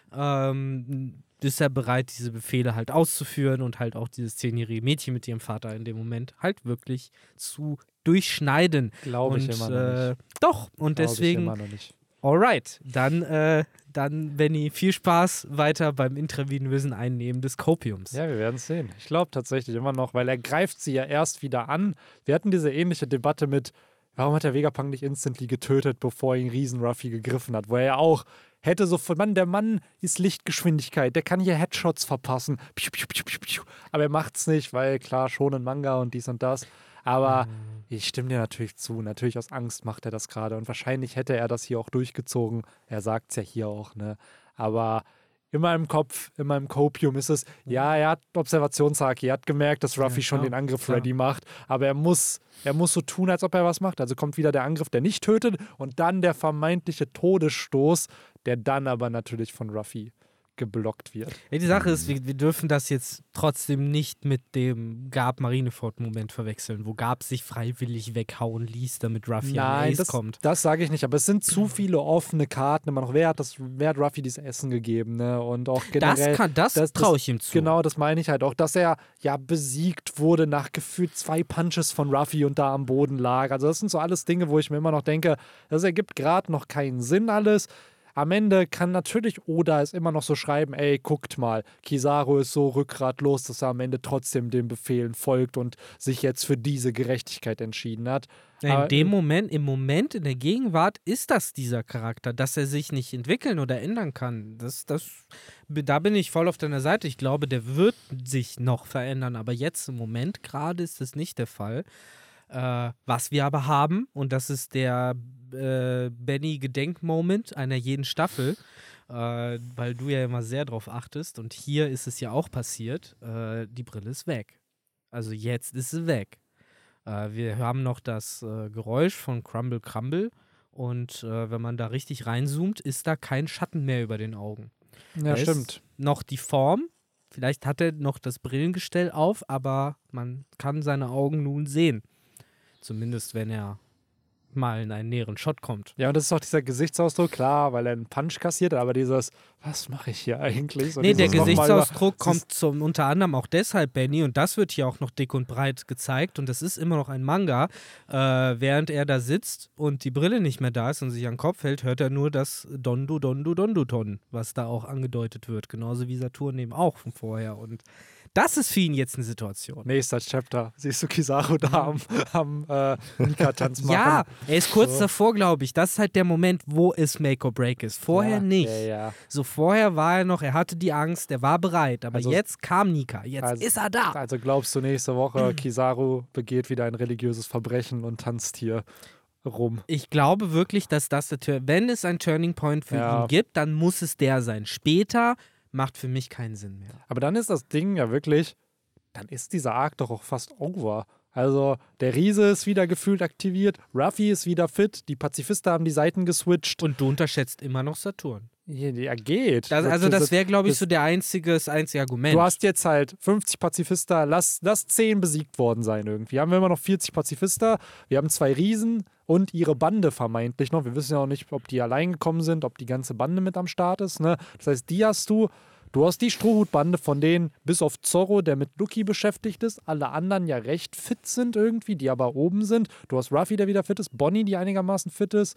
Ähm, ist er bereit, diese Befehle halt auszuführen und halt auch dieses zehnjährige Mädchen mit ihrem Vater in dem Moment halt wirklich zu durchschneiden. Glaube ich und, immer noch äh, nicht. Doch, und Glaube deswegen, ich immer noch nicht. alright, dann, äh, dann, Benny, viel Spaß weiter beim intravenösen Einnehmen des Kopiums. Ja, wir werden es sehen. Ich glaube tatsächlich immer noch, weil er greift sie ja erst wieder an. Wir hatten diese ähnliche Debatte mit, warum hat der Vegapunk nicht instantly getötet, bevor ihn Riesen Ruffy gegriffen hat, wo er ja auch hätte so von, Mann, der Mann ist Lichtgeschwindigkeit, der kann hier Headshots verpassen. Piu, piu, piu, piu, piu. Aber er macht's nicht, weil klar, schon ein Manga und dies und das. Aber Mhm. ich stimme dir natürlich zu. Natürlich aus Angst macht er das gerade. Und wahrscheinlich hätte er das hier auch durchgezogen. Er sagt es ja hier auch, ne? Aber in meinem Kopf, in meinem Kopium ist es, ja, er hat Observationshaki, er hat gemerkt, dass Ruffy Ja, schon klar, den Angriff klar. ready macht. Aber er muss, er muss so tun, als ob er was macht. Also kommt wieder der Angriff, der nicht tötet. Und dann der vermeintliche Todesstoß, der dann aber natürlich von Ruffy geblockt wird. Ja, die Sache ist, wir, wir dürfen das jetzt trotzdem nicht mit dem Garp-Marineford-Moment verwechseln, wo Garp sich freiwillig weghauen ließ, damit Ruffy an Nein, Ace das, kommt. das sage ich nicht, aber es sind zu viele offene Karten immer noch. Wer hat, das, wer hat Ruffy dieses Essen gegeben? Ne? Und auch generell, Das, kann- das, das- traue ich ihm zu. Genau, das meine ich halt auch, dass er ja besiegt wurde nach gefühlt zwei Punches von Ruffy und da am Boden lag. Also das sind so alles Dinge, wo ich mir immer noch denke, das ergibt gerade noch keinen Sinn alles. Am Ende kann natürlich Oda es immer noch so schreiben, ey, guckt mal, Kizaru ist so rückgratlos, dass er am Ende trotzdem den Befehlen folgt und sich jetzt für diese Gerechtigkeit entschieden hat. Ja, Aber- in dem Moment, im Moment, in der Gegenwart ist das dieser Charakter, dass er sich nicht entwickeln oder ändern kann. Das, das, da bin ich voll auf deiner Seite. Ich glaube, der wird sich noch verändern, aber jetzt im Moment gerade ist das nicht der Fall. Äh, was wir aber haben, und das ist der äh, Benny-Gedenk-Moment einer jeden Staffel, äh, weil du ja immer sehr drauf achtest, und hier ist es ja auch passiert, äh, die Brille ist weg. Also jetzt ist sie weg. Äh, wir haben noch das äh, Geräusch von Crumble Crumble, und äh, wenn man da richtig reinzoomt, ist da kein Schatten mehr über den Augen. Ja, Da ist stimmt. noch die Form, vielleicht hat er noch das Brillengestell auf, aber man kann seine Augen nun sehen. Zumindest, wenn er mal in einen näheren Shot kommt. Ja, und das ist auch dieser Gesichtsausdruck, klar, weil er einen Punch kassiert hat, aber dieses, was mache ich hier eigentlich? So Nee, der dieses noch mal über- Gesichtsausdruck es kommt ist- zum, unter anderem auch deshalb, Benny, und das wird hier auch noch dick und breit gezeigt, und das ist immer noch ein Manga. Äh, während er da sitzt und die Brille nicht mehr da ist und sich an den Kopf hält, hört er nur das Dondu, Dondu, Dondu, Ton, was da auch angedeutet wird. Genauso wie Saturn eben auch von vorher. Und das ist für ihn jetzt eine Situation. Nächster Chapter. Siehst du Kizaru da am, am äh, Nika-Tanz machen? Ja, er ist kurz So. davor, glaube ich. Das ist halt der Moment, wo es Make or Break ist. Vorher ja, nicht. Ja, ja. So vorher war er noch, er hatte die Angst, er war bereit. Aber Also- jetzt kam Nika. Jetzt also- ist er da. Also glaubst du, nächste Woche Kizaru begeht wieder ein religiöses Verbrechen und tanzt hier rum? Ich glaube wirklich, dass das der Tur- wenn es einen Turning Point für Ja. ihn gibt, dann muss es der sein. Später macht für mich keinen Sinn mehr. Aber dann ist das Ding ja wirklich, dann ist dieser Arc doch auch fast over. Also der Riese ist wieder gefühlt aktiviert, Ruffy ist wieder fit, die Pazifisten haben die Seiten geswitcht. Und du unterschätzt immer noch Saturn. Ja, ja, geht. Das, also das wäre, glaube ich, das- so der einzige, das einzige Argument. Du hast jetzt halt fünfzig Pazifista, lass, lass zehn besiegt worden sein irgendwie. Haben wir immer noch vierzig Pazifista, wir haben zwei Riesen und ihre Bande vermeintlich noch. Wir wissen ja auch nicht, ob die allein gekommen sind, ob die ganze Bande mit am Start ist. Ne? Das heißt, die hast du. Du hast die Strohhutbande, von denen bis auf Zorro, der mit Lucky beschäftigt ist, alle anderen ja recht fit sind irgendwie, die aber oben sind. Du hast Ruffy, der wieder fit ist, Bonnie, die einigermaßen fit ist.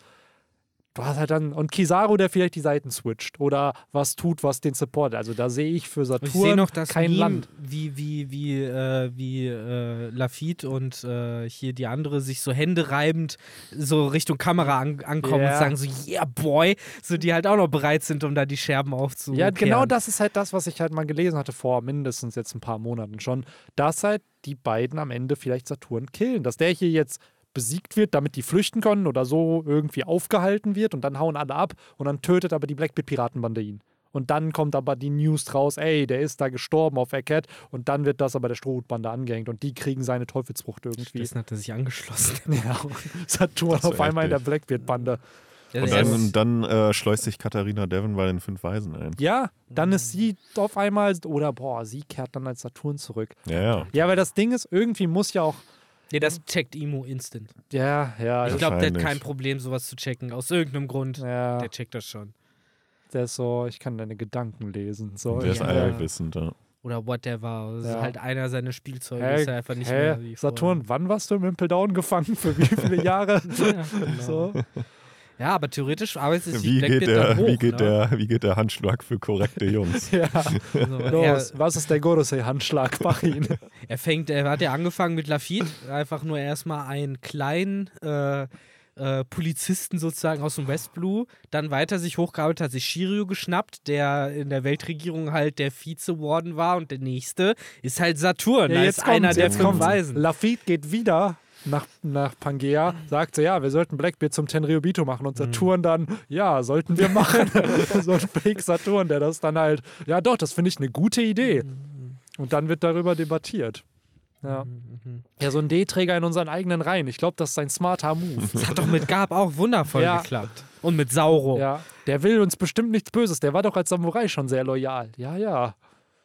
Du hast halt dann, und Kizaru, der vielleicht die Seiten switcht oder was tut, was den Support. Also da sehe ich für Und Saturn ich sehe noch das kein Meme, Land. wie, wie, wie, äh, wie äh, Lafitte und äh, hier die andere sich so Hände reibend so Richtung Kamera an, ankommen Ja. und sagen so, yeah, boy, so die halt auch noch bereit sind, um da die Scherben aufzukehren. Ja, genau das ist halt das, was ich halt mal gelesen hatte vor mindestens jetzt ein paar Monaten schon, dass halt die beiden am Ende vielleicht Saturn killen. Dass der hier jetzt besiegt wird, damit die flüchten können oder so irgendwie aufgehalten wird und dann hauen alle ab und dann tötet aber die Blackbeard-Piratenbande ihn. Und dann kommt aber die News raus, ey, der ist da gestorben auf Egghead und dann wird das aber der Strohhutbande angehängt und die kriegen seine Teufelsfrucht irgendwie. Dessen hat er sich angeschlossen. Ja, und Saturn Das wär auf einmal in der heftig. Blackbeard-Bande. Ja, Und er dann, ist- dann äh, schleust sich Katharina Devon bei den fünf Weisen ein. Ja, dann ist sie auf einmal, oder boah, sie kehrt dann als Saturn zurück. Ja, ja. Ja, weil das Ding ist, irgendwie muss ja auch, Nee, das checkt Imo instant. ja, ja, Ich glaube, der hat Wahrscheinlich. kein Problem, sowas zu checken. Aus irgendeinem Grund. ja, Der checkt das schon. der ist so, ich kann deine Gedanken lesen. So, Der ist ja. allwissend, ja. Oder whatever. Das Ja. ist halt einer seiner Spielzeuge. Hä, ist er einfach nicht hä, mehr wie Saturn, wann warst du im Impel Down gefangen? Für wie viele Jahre? vorher. Ja, genau. So. Ja, aber theoretisch arbeitet sich Wie Blackbeard geht, der, dann hoch, wie, geht ne? der, wie geht der Handschlag für korrekte Jungs? Ja, Also, er, los, was ist der Gorosei-Handschlag? Mach ihn. er fängt, er hat ja angefangen mit Lafitte, einfach nur erstmal einen kleinen äh, äh, Polizisten sozusagen aus dem West Blue, dann weiter sich hochgearbeitet, hat sich Shiryu geschnappt, der in der Weltregierung halt der Vize-Warden war und der nächste ist halt Saturn, Ja, als jetzt einer kommt's, der jetzt fünf kommt's. Weisen. Lafitte geht wieder nach, nach Pangea, sagt so, ja, wir sollten Blackbeard zum Tenryubito machen und Saturn dann, ja, sollten wir machen. So ein Fake Saturn, der das dann halt, ja doch, das finde ich eine gute Idee. Und dann wird darüber debattiert. Ja. Ja, so ein D-Träger in unseren eigenen Reihen. Ich glaube, das ist ein smarter Move. Das hat doch mit Gab auch wundervoll Ja. geklappt. Und mit Sauro. Ja, der will uns bestimmt nichts Böses. Der war doch als Samurai schon sehr loyal. Ja, ja.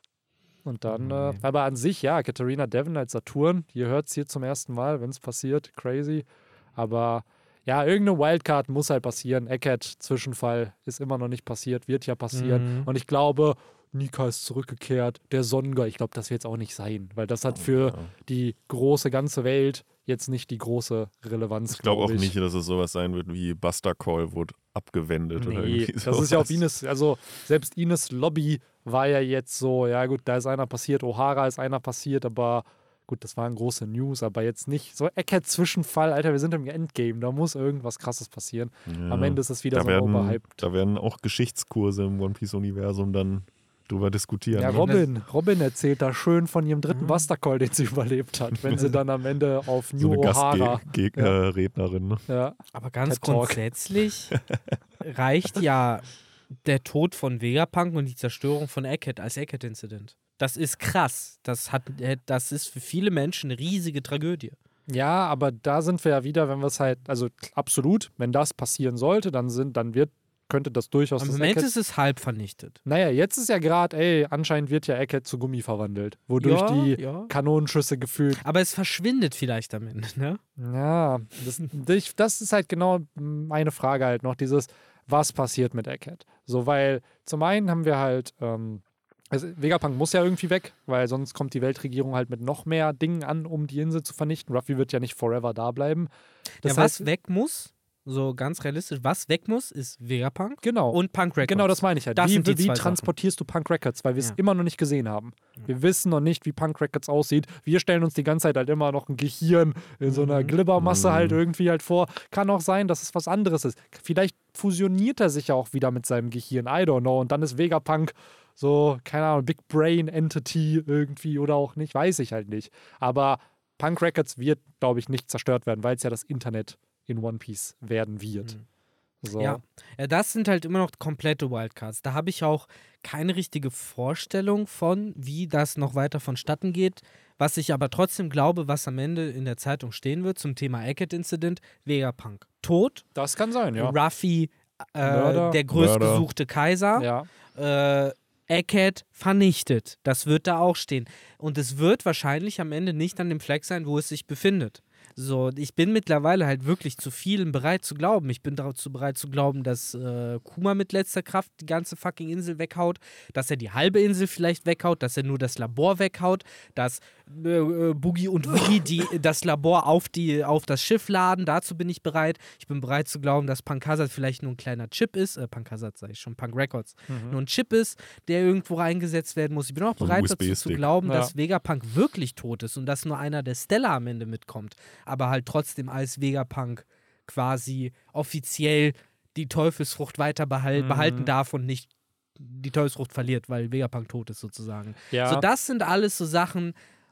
Und dann, äh, aber an sich, ja, Katharina Devon als Saturn, ihr hört es hier zum ersten Mal, wenn es passiert, crazy. Aber ja, irgendeine Wildcard muss halt passieren. Egghead, Zwischenfall, ist immer noch nicht passiert, wird ja passieren. Mhm. Und ich glaube, Nika ist zurückgekehrt, der Sonnengott, ich glaube, das wird es auch nicht sein, weil das hat für die große ganze Welt jetzt nicht die große Relevanz. Ich glaube auch ich. nicht, dass es sowas sein wird wie Buster Call wurde abgewendet oder Nee, irgendwie das sowas. ist ja auf Ines, also selbst Ines Lobby war ja jetzt so, ja gut, da ist einer passiert, O'Hara ist einer passiert, aber gut, das waren große News, aber jetzt nicht. So Egghead-Zwischenfall, Alter, wir sind im Endgame, da muss irgendwas Krasses passieren. Ja. Am Ende ist es wieder da so werden, overhyped. Da werden auch Geschichtskurse im One Piece-Universum dann drüber diskutieren. Ja, ne? Robin, Robin erzählt da schön von ihrem dritten Mhm. Buster Call, den sie überlebt hat, wenn sie dann am Ende auf so New eine O'Hara. Gastgegnerrednerin. Ne? Ja. Aber ganz TED Talk. grundsätzlich reicht ja der Tod von Vegapunk und die Zerstörung von Egghead als Egghead-Incident. Das ist krass. Das, hat, das ist für viele Menschen eine riesige Tragödie. Ja, aber da sind wir ja wieder, wenn wir es halt, also absolut, wenn das passieren sollte, dann sind, dann wird, könnte das durchaus Im das Moment Egghead- ist es halb vernichtet. Naja, jetzt ist ja gerade, ey, anscheinend wird ja Egghead zu Gummi verwandelt, wodurch Ja, die ja. Kanonenschüsse gefühlt. Aber es verschwindet vielleicht am Ende, ne? Ja, das, ich, das ist halt genau meine Frage halt noch, dieses, was passiert mit Egghead? So, weil zum einen haben wir halt, ähm, also Vegapunk muss ja irgendwie weg, weil sonst kommt die Weltregierung halt mit noch mehr Dingen an, um die Insel zu vernichten. Ruffy wird ja nicht forever da bleiben. Das ja, heißt, was weg muss, so ganz realistisch, was weg muss, ist Vegapunk genau. und Punk Records. Genau, das meine ich halt. Das wie sind die wie zwei transportierst du Punk Records? Weil wir es Ja. immer noch nicht gesehen haben. Wir wissen noch nicht, wie Punk Records aussieht. Wir stellen uns die ganze Zeit halt immer noch ein Gehirn in so einer Mhm. Glibbermasse Mhm. halt irgendwie halt vor. Kann auch sein, dass es was anderes ist. Vielleicht fusioniert er sich ja auch wieder mit seinem Gehirn. I don't know. Und dann ist Vegapunk so, keine Ahnung, Big Brain Entity irgendwie oder auch nicht. Weiß ich halt nicht. Aber Punk Records wird, glaube ich, nicht zerstört werden, weil es ja das Internet in One Piece werden wird. Mhm. So. Ja. ja, das sind halt immer noch komplette Wildcards. Da habe ich auch keine richtige Vorstellung von, wie das noch weiter vonstatten geht. Was ich aber trotzdem glaube, was am Ende in der Zeitung stehen wird zum Thema Egghead-Incident, Vegapunk tot, Das kann sein, ja. Ruffy äh, Mörder. der größtgesuchte Kaiser. Ja. Äh, Egghead vernichtet. Das wird da auch stehen. Und es wird wahrscheinlich am Ende nicht an dem Fleck sein, wo es sich befindet. So, ich bin mittlerweile halt wirklich zu vielen bereit zu glauben. Ich bin dazu bereit zu glauben, dass äh, Kuma mit letzter Kraft die ganze fucking Insel weghaut, dass er die halbe Insel vielleicht weghaut, dass er nur das Labor weghaut, dass äh, äh, Boogie und Woogie die, das Labor auf, die, auf das Schiff laden. Dazu bin ich bereit. Ich bin bereit zu glauben, dass Punk Hazard vielleicht nur ein kleiner Chip ist. Äh, Punk Hazard sage ich schon, Punk Records. Mhm. Nur ein Chip ist, der irgendwo eingesetzt werden muss. Ich bin auch So ein bereit U S dazu zu B-Stick. glauben, Ja. dass Vegapunk wirklich tot ist und dass nur einer der Stella am Ende mitkommt. Aber halt trotzdem als Vegapunk quasi offiziell die Teufelsfrucht weiter behal Mhm. behalten darf und nicht die Teufelsfrucht verliert, weil Vegapunk tot ist sozusagen. Ja. So, das sind alles so Sachen,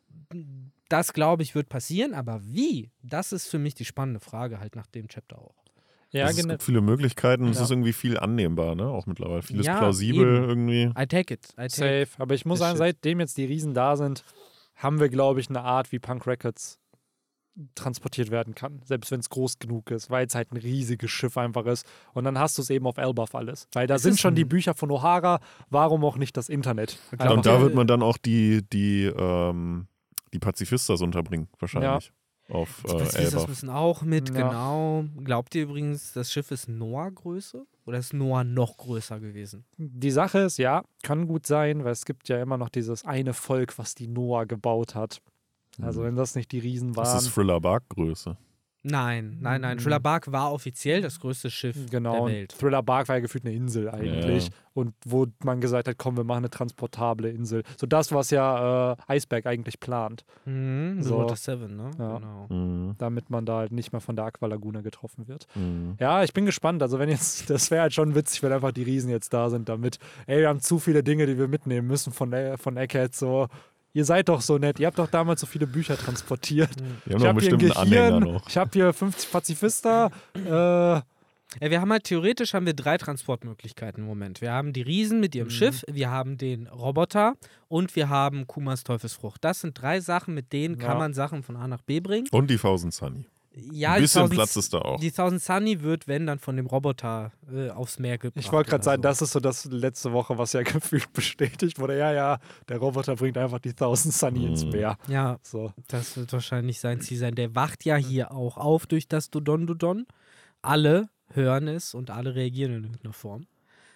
das glaube ich wird passieren, aber wie? Das ist für mich die spannende Frage halt nach dem Chapter auch. ja, Also es genau. gibt viele Möglichkeiten, es Ja. ist irgendwie viel annehmbar, ne? Auch mittlerweile. Vieles Ja, plausibel eben. irgendwie. I take it. I take Safe. Aber ich muss This sagen, shit. seitdem jetzt die Riesen da sind, haben wir, glaube ich, eine Art, wie Punk Records transportiert werden kann. Selbst wenn es groß genug ist, weil es halt ein riesiges Schiff einfach ist. Und dann hast du es eben auf Elbaf alles. Weil da Es sind ist schon ein- die Bücher von O'Hara, warum auch nicht das Internet? Ja, Einfach- Und da wird man dann auch die, die, ähm, die Pazifistas unterbringen, wahrscheinlich. Auf Die äh, Pazifistas Elbaf. müssen auch mit, Ja. genau. Glaubt ihr übrigens, das Schiff ist Noah-Größe? Oder ist Noah noch größer gewesen? Die Sache ist, ja, kann gut sein, weil es gibt ja immer noch dieses eine Volk, was die Noah gebaut hat. Also wenn das nicht die Riesen Das waren. ist Thriller Bark-Größe. Nein, nein, nein. Mhm. Thriller Bark war offiziell das größte Schiff Genau, der und Welt. Thriller Bark war ja gefühlt eine Insel eigentlich. Ja. Und wo man gesagt hat, komm, wir machen eine transportable Insel. So das, was ja äh, Iceberg eigentlich plant. Mhm, The So. Water Seven, ne? Ja. Genau. Mhm. Damit man da halt nicht mehr von der Aqualaguna getroffen wird. Mhm. Ja, ich bin gespannt. Also wenn jetzt, das wäre halt schon witzig, wenn einfach die Riesen jetzt da sind damit. Ey, wir haben zu viele Dinge, die wir mitnehmen müssen von, äh, von Egghead. So, ihr seid doch so nett. Ihr habt doch damals so viele Bücher transportiert. Wir haben Ich noch einen habe hier ein bestimmten Anhänger Gehirn, noch. ich habe hier fünfzig Pazifista. Äh, Ja, wir haben halt theoretisch haben wir drei Transportmöglichkeiten im Moment. Wir haben die Riesen mit ihrem Mhm. Schiff, wir haben den Roboter und wir haben Kumas Teufelsfrucht. Das sind drei Sachen, mit denen kann Ja. man Sachen von A nach B bringen. Und die Thousand Sunny. Ja, Ein die bisschen Thousand- Platz ist da auch. Die Thousand Sunny wird, wenn, dann von dem Roboter äh, aufs Meer gebracht. Ich wollte gerade oder sagen, so. das ist so das letzte Woche, was ja gefühlt bestätigt wurde. Ja, ja, der Roboter bringt einfach die Thousand Sunny ins Mhm. Meer. Ja, So. das wird wahrscheinlich sein Ziel sein. Der wacht ja hier auch auf durch das Dodon-Dodon. Alle hören es und alle reagieren in irgendeiner Form.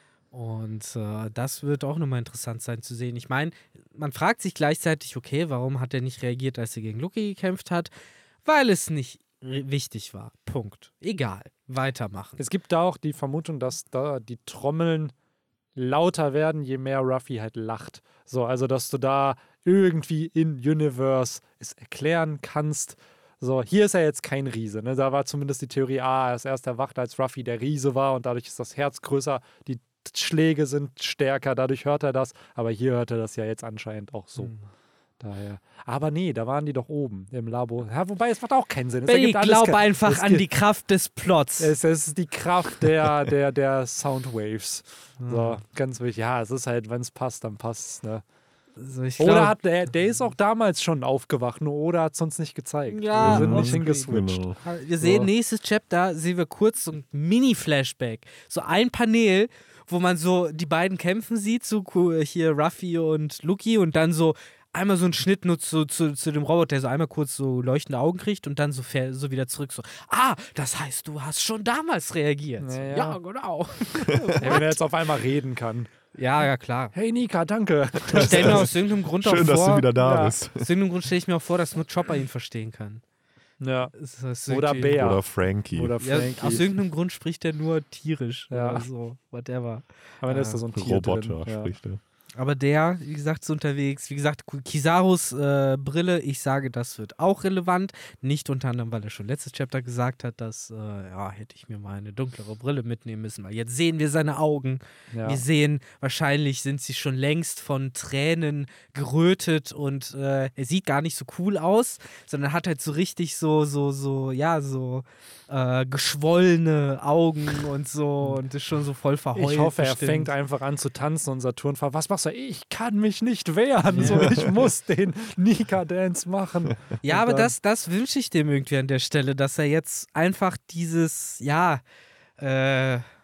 Und äh, das wird auch nochmal interessant sein zu sehen. Ich meine, man fragt sich gleichzeitig, okay, warum hat er nicht reagiert, als er gegen Lucky gekämpft hat? Weil es nicht r- wichtig war. Punkt. Egal. Weitermachen. Es gibt da auch die Vermutung, dass da die Trommeln lauter werden, je mehr Ruffy halt lacht. So, also dass du da irgendwie in Universe es erklären kannst. So, hier ist er jetzt kein Riese. Ne? Da war zumindest die Theorie, ah, er ist erst erwacht, als Ruffy der Riese war und dadurch ist das Herz größer, die Schläge sind stärker, dadurch hört er das. Aber hier hört er das ja jetzt anscheinend auch so. Hm. Daher. Aber nee, da waren die doch oben im Labor. Ja, wobei, es macht auch keinen Sinn. Es Benny, ergibt alles glaub kein- einfach es an gibt- die Kraft des Plots. Es, es ist die Kraft der, der, der Soundwaves. So, ganz wichtig. Ja, es ist halt, wenn es passt, dann passt ne? Also ich Oder glaub- hat der, der ist auch damals schon aufgewacht, nur Oder hat es uns nicht gezeigt. Ja, Wir sind nicht offscreen. hingeswitcht. Genau. Wir sehen So. nächstes Chapter, sehen wir kurz so ein Mini-Flashback. So ein Panel, wo man so die beiden kämpfen sieht, so ku- hier Ruffy und Lucky und dann so einmal so ein Schnitt nur zu, zu, zu dem Roboter, der so einmal kurz so leuchtende Augen kriegt und dann so, fair- so wieder zurück so, ah, das heißt, du hast schon damals reagiert. Ja, ja. Ja, genau. Ja, wenn er jetzt auf einmal reden kann. Ja, ja, klar. Hey Nika, danke. Ich stelle mir aus irgendeinem Grund Schön, auch dass vor, du wieder da ja. bist. aus irgendeinem Grund stelle ich mir auch vor, dass nur Chopper ihn verstehen kann. Ja. Das ist Oder irgendwie- Bär. Oder Frankie. Oder Ja, Frankie. aus irgendeinem Grund spricht er nur tierisch Ja. oder so, whatever. Aber da ist da so ein Tier Roboter drin. Ja. spricht er. Aber der, wie gesagt, ist unterwegs. Wie gesagt, Kisarus äh, Brille, ich sage, das wird auch relevant. Nicht unter anderem, weil er schon letztes Chapter gesagt hat, dass, äh, ja, hätte ich mir mal eine dunklere Brille mitnehmen müssen. Weil jetzt sehen wir seine Augen. Ja. Wir sehen, wahrscheinlich sind sie schon längst von Tränen gerötet und äh, er sieht gar nicht so cool aus, sondern hat halt so richtig so, so, so, ja, so äh, geschwollene Augen und so und ist schon so voll verheult. Ich hoffe, er bestimmt. fängt einfach an zu tanzen und Saturn fragt, was machst du? Ich kann mich nicht wehren. So, ich muss den Nika-Dance machen. Ja, Und aber dann- das, das wünsche ich dem irgendwie an der Stelle, dass er jetzt einfach dieses, ja, äh,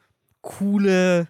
coole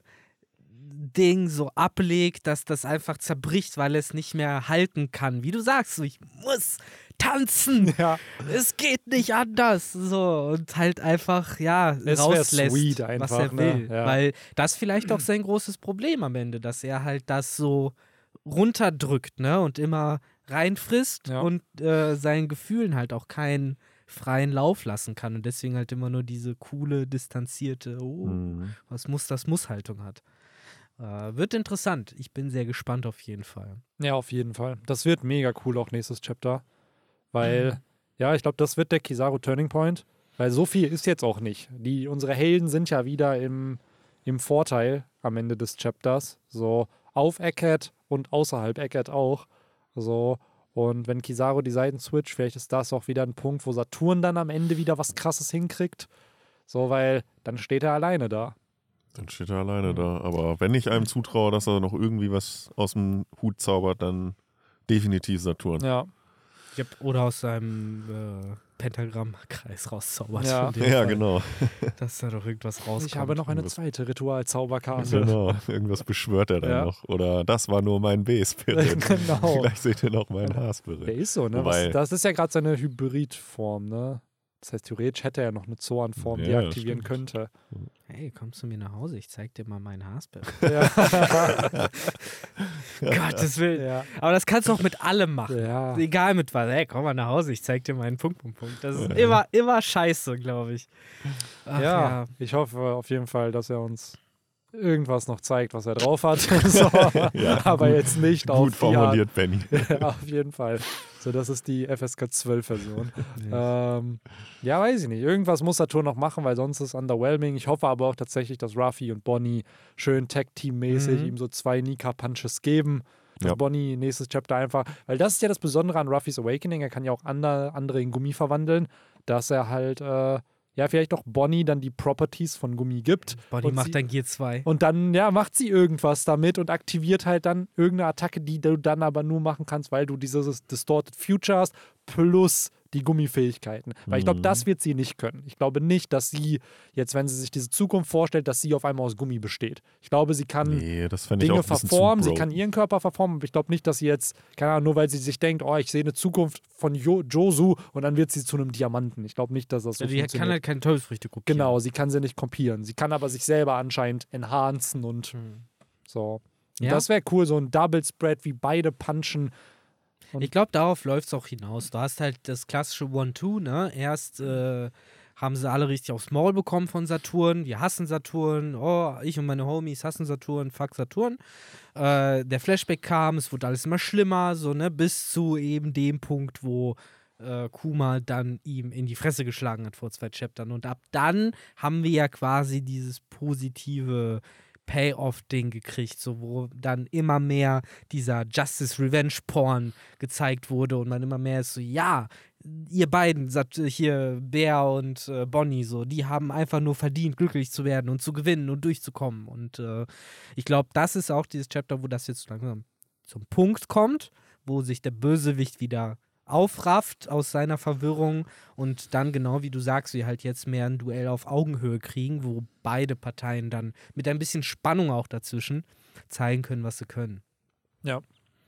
Ding so ablegt, dass das einfach zerbricht, weil es nicht mehr halten kann. Wie du sagst, so, ich muss tanzen. Ja. Es geht nicht anders. So, und halt einfach, ja, Es wär rauslässt, sweet was einfach, er will. ne? Ja. Weil das vielleicht auch sein großes Problem am Ende, dass er halt das so runterdrückt, ne? Und immer reinfrisst Ja. und äh, seinen Gefühlen halt auch keinen freien Lauf lassen kann und deswegen halt immer nur diese coole, distanzierte, oh, Mhm. was muss, das muss Haltung hat. Äh, wird interessant. Ich bin sehr gespannt auf jeden Fall. Ja, auf jeden Fall. Das wird mega cool auch nächstes Chapter. Weil, ja, ich glaube, das wird der Kizaru Turning Point. Weil so viel ist jetzt auch nicht. Die, unsere Helden sind ja wieder im, im Vorteil am Ende des Chapters. So auf Egghead und außerhalb Egghead auch. So. Und wenn Kizaru die Seiten switcht, vielleicht ist das auch wieder ein Punkt, wo Saturn dann am Ende wieder was Krasses hinkriegt. So, weil dann steht er alleine da. Dann steht er alleine Mhm. da. Aber wenn ich einem zutraue, dass er noch irgendwie was aus dem Hut zaubert, dann definitiv Saturn. Ja. Yep. Oder aus seinem äh, Pentagrammkreis rauszaubert. Ja. in dem Ja, Fall. genau. Dass da doch irgendwas rauskommt. Ich habe noch eine Was- zweite Ritual-Zauberkarte. Genau. Irgendwas beschwört er dann Ja. noch. Oder das war nur mein B-Spirit. Genau. Vielleicht seht ihr noch meinen Der H-Spirit. ist so, ne? Wobei- Was, das ist ja gerade seine Hybridform, ne? Das heißt, theoretisch hätte er noch eine Zoan-Form, die Ja, er aktivieren stimmt. könnte. Hey, komm zu mir nach Hause, ich zeig dir mal meinen Haarspell. Ja. Gottes Willen. ja. Aber das kannst du auch mit allem machen. ja. Egal mit was. Hey, komm mal nach Hause, ich zeig dir meinen Punkt, Punkt, Punkt. Das ist immer, immer scheiße, glaube ich. Ach, ja, ich hoffe auf jeden Fall, dass er uns irgendwas noch zeigt, was er drauf hat. so. Ja, Aber gut- jetzt nicht auf Gut die formuliert, Benny. Art. Ja, auf jeden Fall. So, das ist die F S K zwölf Version. ähm, ja, weiß ich nicht. Irgendwas muss Saturn noch machen, weil sonst ist es underwhelming. Ich hoffe aber auch tatsächlich, dass Ruffy und Bonnie schön Tag-Team-mäßig Mhm. ihm so zwei Nika-Punches geben. Dass Ja. Bonnie nächstes Chapter einfach, weil das ist ja das Besondere an Ruffys Awakening, er kann ja auch andere, andere in Gummi verwandeln, dass er halt, äh, ja, vielleicht auch Bonnie dann die Properties von Gummi gibt. Bonnie und macht sie, dann Gear zwei. Und dann, ja, macht sie irgendwas damit und aktiviert halt dann irgendeine Attacke, die du dann aber nur machen kannst, weil du dieses Distorted Future hast, plus die Gummifähigkeiten. Weil ich glaube, Mhm. das wird sie nicht können. Ich glaube nicht, dass sie jetzt, wenn sie sich diese Zukunft vorstellt, dass sie auf einmal aus Gummi besteht. Ich glaube, sie kann Nee, das fände ich auch Dinge ein bisschen verformen, zu sie kann ihren Körper verformen, aber ich glaube nicht, dass sie jetzt, keine Ahnung, nur weil sie sich denkt, oh, ich sehe eine Zukunft von jo Josu und dann wird sie zu einem Diamanten. Ich glaube nicht, dass das so Also die funktioniert. kann halt keine Teufelsfrüchte kopieren. Genau, sie kann sie nicht kopieren. Sie kann aber sich selber anscheinend enhancen und Hm. so. Und Ja. das wäre cool, so ein Double Spread, wie beide punchen. Und- Ich glaube, darauf läuft es auch hinaus. Du hast halt das klassische One-Two, ne? Erst äh, haben sie alle richtig aufs Maul bekommen von Saturn. Wir hassen Saturn. Oh, ich und meine Homies hassen Saturn. Fuck Saturn. Äh, der Flashback kam, es wurde alles immer schlimmer, so, ne? Bis zu eben dem Punkt, wo äh, Kuma dann ihm in die Fresse geschlagen hat vor zwei Chaptern. Und ab dann haben wir ja quasi dieses positive Payoff-Ding gekriegt, so wo dann immer mehr dieser Justice-Revenge-Porn gezeigt wurde und man immer mehr ist so, ja, ihr beiden, sagt hier Bär und äh, Bonnie, so, die haben einfach nur verdient, glücklich zu werden und zu gewinnen und durchzukommen. Und äh, ich glaube, das ist auch dieses Chapter, wo das jetzt langsam zum Punkt kommt, wo sich der Bösewicht wieder aufrafft aus seiner Verwirrung und dann, genau wie du sagst, wir halt jetzt mehr ein Duell auf Augenhöhe kriegen, wo beide Parteien dann mit ein bisschen Spannung auch dazwischen zeigen können, was sie können. Ja.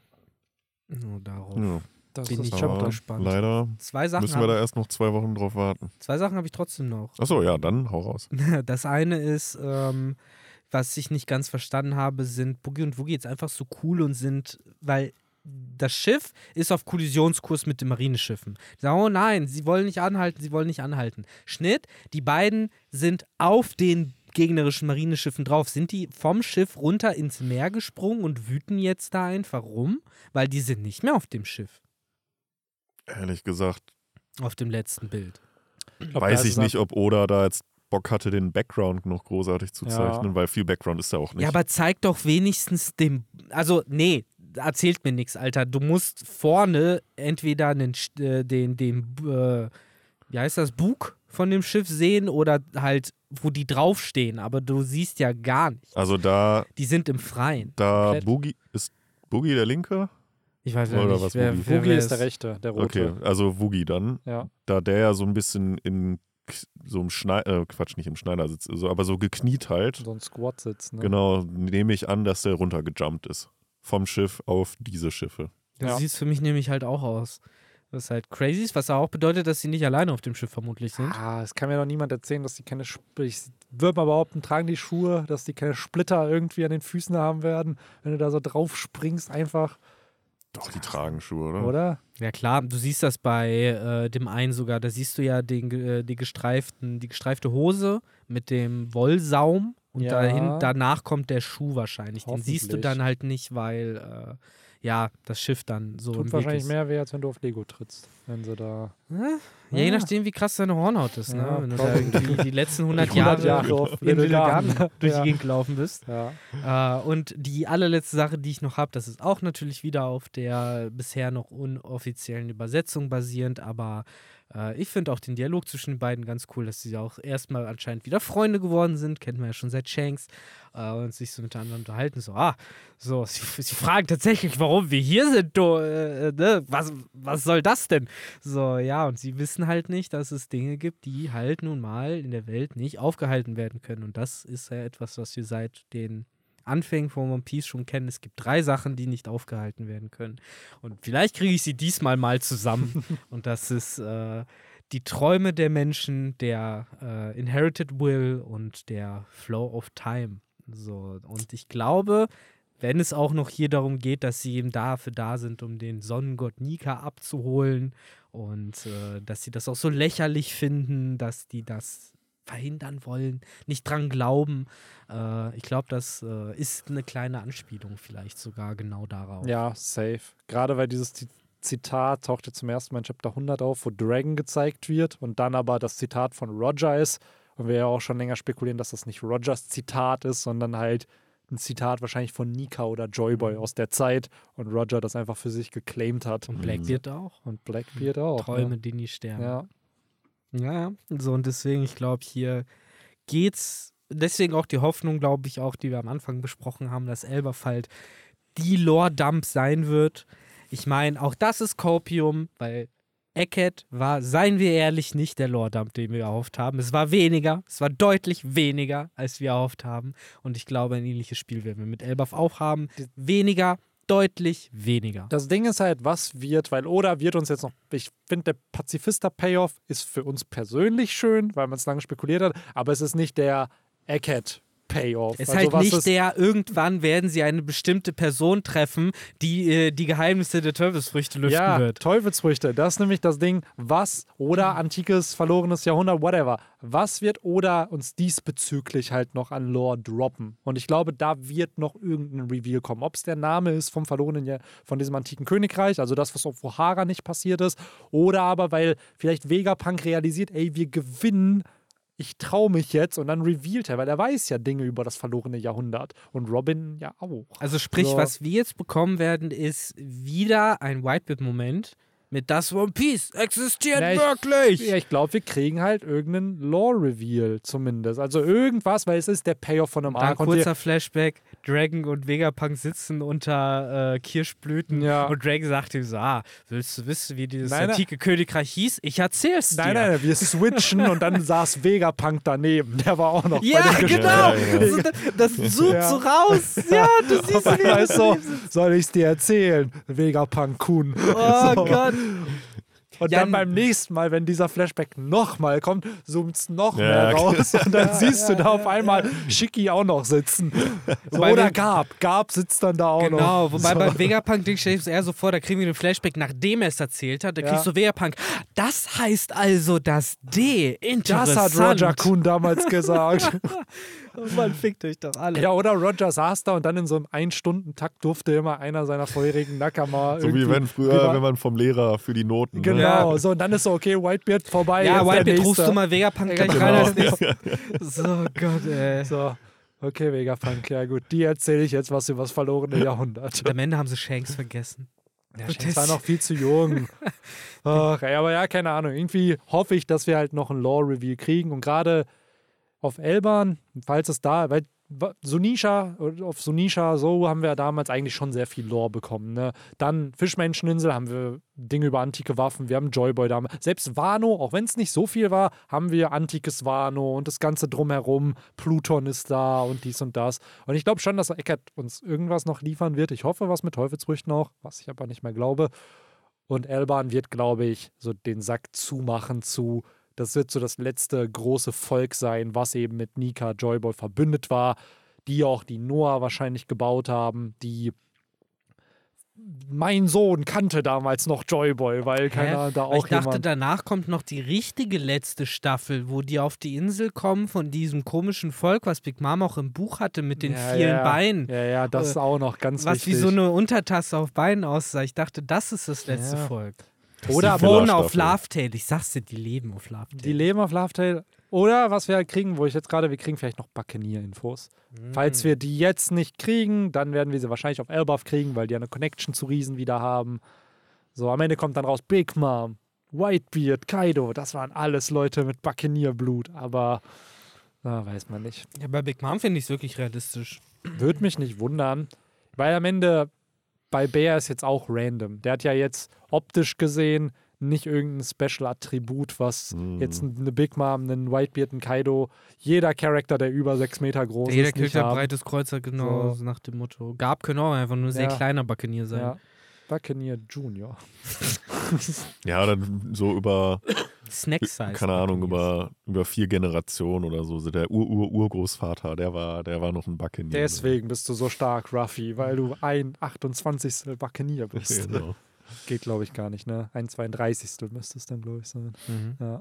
Nur darauf. Ja, Das Bin ist ich Chapter. aber aber gespannt. leider Zwei Sachen müssen wir da habe erst noch zwei Wochen drauf warten. zwei Sachen habe ich trotzdem noch. Achso, ja, dann hau raus. Das eine ist, ähm, was ich nicht ganz verstanden habe, sind Boogie und Woogie jetzt einfach so cool und sind, weil das Schiff ist auf Kollisionskurs mit den Marineschiffen. Die sagen, oh nein, sie wollen nicht anhalten, sie wollen nicht anhalten. Schnitt, die beiden sind auf den gegnerischen Marineschiffen drauf. Sind die vom Schiff runter ins Meer gesprungen und wüten jetzt da einfach rum? Weil die sind nicht mehr auf dem Schiff, Ehrlich gesagt, auf dem letzten Bild. Ich glaub, weiß da ist ich es nicht, ob Oda da jetzt Bock hatte, den Background noch großartig zu Ja. zeichnen, weil viel Background ist da auch nicht. Ja, aber zeig doch wenigstens dem. Also, nee, erzählt mir nichts, Alter. Du musst vorne entweder einen, Sch- äh, den, den, äh, wie heißt das, Bug von dem Schiff sehen oder halt, wo die draufstehen. Aber du siehst ja gar nicht. also da, Die sind im Freien. da Komplett. Boogie, ist Boogie der Linke? Ich weiß ja Oder nicht, was, wer, Woogie? wer, Woogie wer ist der Rechte, der Rote. Okay, also Woogie dann. Ja. Da der ja so ein bisschen in so im Schneider, äh, Quatsch, nicht im Schneidersitz, so, aber so gekniet halt. So ein Squat-Sitz, ne? Genau, nehme ich an, dass der runtergejumpt ist. Vom Schiff auf diese Schiffe. Das Ja. sieht für mich nämlich halt auch aus. Was halt crazy ist, was auch bedeutet, dass sie nicht alleine auf dem Schiff vermutlich sind. Ah, es kann mir doch niemand erzählen, dass die keine, Sp- ich würde mal behaupten, tragen die Schuhe, dass die keine Splitter irgendwie an den Füßen haben werden, wenn du da so drauf springst einfach, Doch, die tragen Schuhe, oder? oder? Ja klar, du siehst das bei äh, dem einen sogar, da siehst du ja den, äh, die, gestreiften, die gestreifte Hose mit dem Wollsaum und Ja. dahin, danach kommt der Schuh wahrscheinlich. Den siehst du Hoffentlich. dann halt nicht, weil äh, ja, das Schiff dann so im Tut Weg wahrscheinlich ist. mehr weh, als wenn du auf Lego trittst, wenn sie da Ja, ja, je nachdem, wie krass deine Hornhaut ist, ne? Ja, Wenn du da irgendwie die letzten hundert hundert Jahre, Jahre auf in Little Little Garden Garden. durch Ja. die Gegend gelaufen bist. Ja. Äh, und die allerletzte Sache, die ich noch habe, das ist auch natürlich wieder auf der bisher noch unoffiziellen Übersetzung basierend, aber äh, ich finde auch den Dialog zwischen den beiden ganz cool, dass sie auch erstmal anscheinend wieder Freunde geworden sind, kennt man ja schon seit Shanks, äh, und sich so miteinander unterhalten, so, ah, so, sie, sie fragen tatsächlich, warum wir hier sind, du, äh, ne? was, was soll das denn? So, ja, und sie wissen halt nicht, dass es Dinge gibt, die halt nun mal in der Welt nicht aufgehalten werden können, und das ist ja etwas, was wir seit den Anfängen von One Piece schon kennen. Es gibt drei Sachen, die nicht aufgehalten werden können. Und vielleicht kriege ich sie diesmal mal zusammen. Und das ist äh, die Träume der Menschen, der äh, Inherited Will und der Flow of Time. So, und ich glaube, wenn es auch noch hier darum geht, dass sie eben dafür da sind, um den Sonnengott Nika abzuholen und äh, dass sie das auch so lächerlich finden, dass die das verhindern wollen, nicht dran glauben. Äh, ich glaube, das äh, ist eine kleine Anspielung vielleicht sogar genau darauf. Ja, safe. Gerade weil dieses Zi- Zitat taucht ja zum ersten Mal in Chapter hundert auf, wo Dragon gezeigt wird und dann aber das Zitat von Roger ist und wir ja auch schon länger spekulieren, dass das nicht Rogers Zitat ist, sondern halt ein Zitat wahrscheinlich von Nika oder Joyboy aus der Zeit und Roger das einfach für sich geclaimed hat. Und Blackbeard auch. Und Blackbeard auch. Träume, die nie sterben. Ja. Ja, so und deswegen, ich glaube, hier geht's, deswegen auch die Hoffnung, glaube ich, auch, die wir am Anfang besprochen haben, dass Elberfeld die Lore-Dump sein wird. Ich meine, auch das ist Copium, weil Egghead war, seien wir ehrlich, nicht der Lore-Dump, den wir erhofft haben. Es war weniger, es war deutlich weniger, als wir erhofft haben. Und ich glaube, ein ähnliches Spiel werden wir mit Elbaf auch haben. Weniger, deutlich weniger. Das Ding ist halt, was wird, weil Oda wird uns jetzt noch, ich finde, der Pazifista-Payoff ist für uns persönlich schön, weil man es lange spekuliert hat, aber es ist nicht der Egghead Payoff. Es ist also halt was nicht ist, der, irgendwann werden sie eine bestimmte Person treffen, die äh, die Geheimnisse der Teufelsfrüchte lüften ja, wird. Teufelsfrüchte, das ist nämlich das Ding, was oder antikes, verlorenes Jahrhundert, whatever, was wird Oda uns diesbezüglich halt noch an Lore droppen? Und ich glaube, da wird noch irgendein Reveal kommen. Ob es der Name ist vom verlorenen Jahr, von diesem antiken Königreich, also das, was auf Ohara nicht passiert ist, oder aber, weil vielleicht Vegapunk realisiert, ey, wir gewinnen, ich traue mich jetzt und dann revealt er, weil er weiß ja Dinge über das verlorene Jahrhundert und Robin ja auch. Also sprich, So. was wir jetzt bekommen werden, ist wieder ein Whitebeard-Moment mit das One Piece existiert Ja, ich- wirklich. Ja, ich glaube, wir kriegen halt irgendeinen Lore-Reveal zumindest. Also irgendwas, weil es ist der Payoff von einem Dann Arc. Und kurzer Flashback, Dragon und Vegapunk sitzen unter äh, Kirschblüten Ja. und Dragon sagt ihm so, ah, willst du wissen, wie dieses Nein, nein. antike Königreich hieß? Ich erzähl's dir. Nein, nein, nein, wir switchen und dann saß Vegapunk daneben. Der war auch noch Ja, bei dem genau. Ja, ja. Also, das das zoomt Ja. so raus. Ja, du siehst Auf wie einmal das ist so, soll ich es dir erzählen? Vegapunk-Kun. Oh So. Gott. Und Ja, dann beim nächsten Mal, wenn dieser Flashback nochmal kommt, zoomt es noch Ja, mehr okay. raus. Und dann siehst du da auf einmal Shiki auch noch sitzen. So, Wobei oder wir- Gab. Gab sitzt dann da auch noch. Genau, wobei so. beim Vegapunk-Ding stelle ich es eher so vor, da kriegen wir den Flashback, nachdem er es erzählt hat. Da Ja. kriegst du Vegapunk. Das heißt also das D. Interessant. Das hat Roger Kuhn damals gesagt. Oh Mann, fickt euch doch alle. Ja, oder Roger saß da und dann in so einem Ein-Stunden-Takt durfte immer einer seiner vorherigen Nakama So wie irgendwie wenn früher, über- wenn man vom Lehrer für die Noten. Genau, Ne? so und dann ist so, okay, Whitebeard vorbei. Ja, jetzt der Whitebeard, rufst nächste. du mal Vegapunk gleich Genau. rein als nächstes. So, Gott, ey. So, okay, Vegapunk, ja gut, die erzähle ich jetzt was über das verlorene Jahrhundert. Und am Ende haben sie Shanks vergessen. Ja, Shanks war noch viel zu jung. Ach, ey, aber ja, keine Ahnung. Irgendwie hoffe ich, dass wir halt noch ein Lore-Reveal kriegen und gerade auf Elban, falls es da, weil Sunisha, auf Sunisha, so haben wir damals eigentlich schon sehr viel Lore bekommen. Ne? Dann Fischmenscheninsel haben wir Dinge über antike Waffen, wir haben Joyboy damals. Selbst Wano, auch wenn es nicht so viel war, haben wir antikes Wano und das Ganze drumherum. Pluton ist da und dies und das. Und ich glaube schon, dass Eckert uns irgendwas noch liefern wird. Ich hoffe, was mit Teufelsfrüchten noch, was ich aber nicht mehr glaube. Und Elban wird, glaube ich, so den Sack zumachen zu, das wird so das letzte große Volk sein, was eben mit Nika Joyboy verbündet war, die auch die Noah wahrscheinlich gebaut haben, die mein Sohn kannte damals noch Joyboy, weil keiner da auch ich dachte, jemand... danach kommt noch die richtige letzte Staffel, wo die auf die Insel kommen von diesem komischen Volk, was Big Mom auch im Buch hatte mit den ja, vielen ja. Beinen. Ja, ja, das ist auch noch ganz was wichtig. wie so eine Untertasse auf Beinen aussah. Ich dachte, das ist das letzte Ja. Volk. Oder Die wohnen Filler-Staffel. auf Lovetail. Ich sag's dir, die leben auf Lovetail. Die leben auf Lovetail. Oder was wir halt kriegen, wo ich jetzt gerade, wir kriegen vielleicht noch Buccaneer-Infos. Mhm. Falls wir die jetzt nicht kriegen, dann werden wir sie wahrscheinlich auf Elbaf kriegen, weil die eine Connection zu Riesen wieder haben. So, am Ende kommt dann raus Big Mom, Whitebeard, Kaido. Das waren alles Leute mit Buccaneer-Blut, aber na, weiß man nicht. Ja, bei Big Mom finde ich es wirklich realistisch. Würde mich nicht wundern, weil am Ende bei Bear ist jetzt auch random. Der hat ja jetzt optisch gesehen nicht irgendein Special-Attribut, was Mhm. jetzt eine Big Mom, einen Whitebeard, einen Kaido, jeder Charakter, der über sechs Meter groß Jeder ist, nicht Charakter haben. breites Kreuzer, genau, So. nach dem Motto. Gab können auch einfach nur ein sehr Ja. kleiner Buccaneer sein. Ja. Buccaneer Junior. Ja, dann so über, Snack-Size. keine Ahnung, Buccaneers. über, über vier Generationen oder so. So der Ur-Ur-Urgroßvater, der war, der war noch ein Buccaneer. Deswegen bist du so stark, Ruffy, weil du ein achtundzwanzigstel Buccaneer bist. Genau. Geht, glaube ich, gar nicht, ne? Ein zweiunddreißigstel müsste es dann, glaube ich, sein. Mhm. Ja.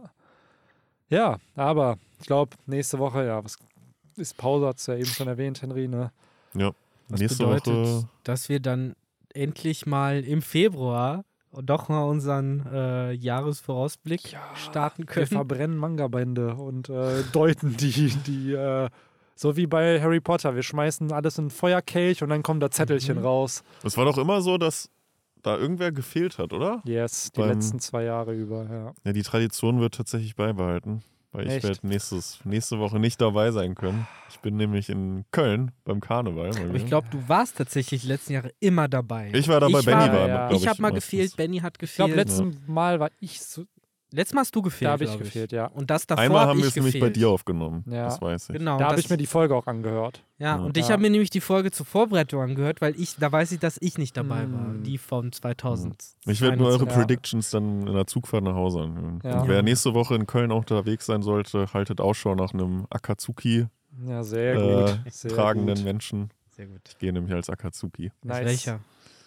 Ja, aber ich glaube, nächste Woche, ja, was ist Pause, hat es ja eben schon erwähnt, Henry, ne? Ja. Das Nächste bedeutet, Woche. dass wir dann endlich mal im Februar doch mal unseren äh, Jahresvorausblick starten Wir können. verbrennen Manga-Bände und äh, deuten die, die äh, so wie bei Harry Potter. Wir schmeißen alles in einen Feuerkelch und dann kommt da Zettelchen Mhm. raus. Es war doch immer so, dass da irgendwer gefehlt hat, oder? Yes, die Beim- letzten zwei Jahre über, ja. Ja, die Tradition wird tatsächlich beibehalten. Weil ich Echt? werde nächstes, nächste Woche nicht dabei sein können. Ich bin nämlich in Köln beim Karneval. mal Aber wieder. ich glaube, du warst tatsächlich die letzten Jahre immer dabei. Ich war dabei, ich Benny war, war, ja. glaub Ich habe mal meistens. gefehlt, Benny hat Ich glaube, gefehlt. letztes Mal war ich so, Letztes Mal hast du gefehlt, da habe ich glaub gefehlt, ja. Und das davor Einmal hab haben wir ich es nämlich bei gefehlt. dir aufgenommen. Ja. Das weiß ich. Genau. Da habe das- ich mir die Folge auch angehört. Ja, Ja. und ich Ja. habe mir nämlich die Folge zur Vorbereitung angehört, weil ich, da weiß ich, dass ich nicht dabei war. Hm. Die von zweitausend. Ich werde mir eure Ja. Predictions dann in der Zugfahrt nach Hause anhören. Ja. Und wer nächste Woche in Köln auch unterwegs sein sollte, haltet Ausschau nach einem Akatsuki Ja, sehr äh, gut. Sehr tragenden gut. Menschen. Sehr gut. Ich gehe nämlich als Akatsuki. Als Nice. welcher?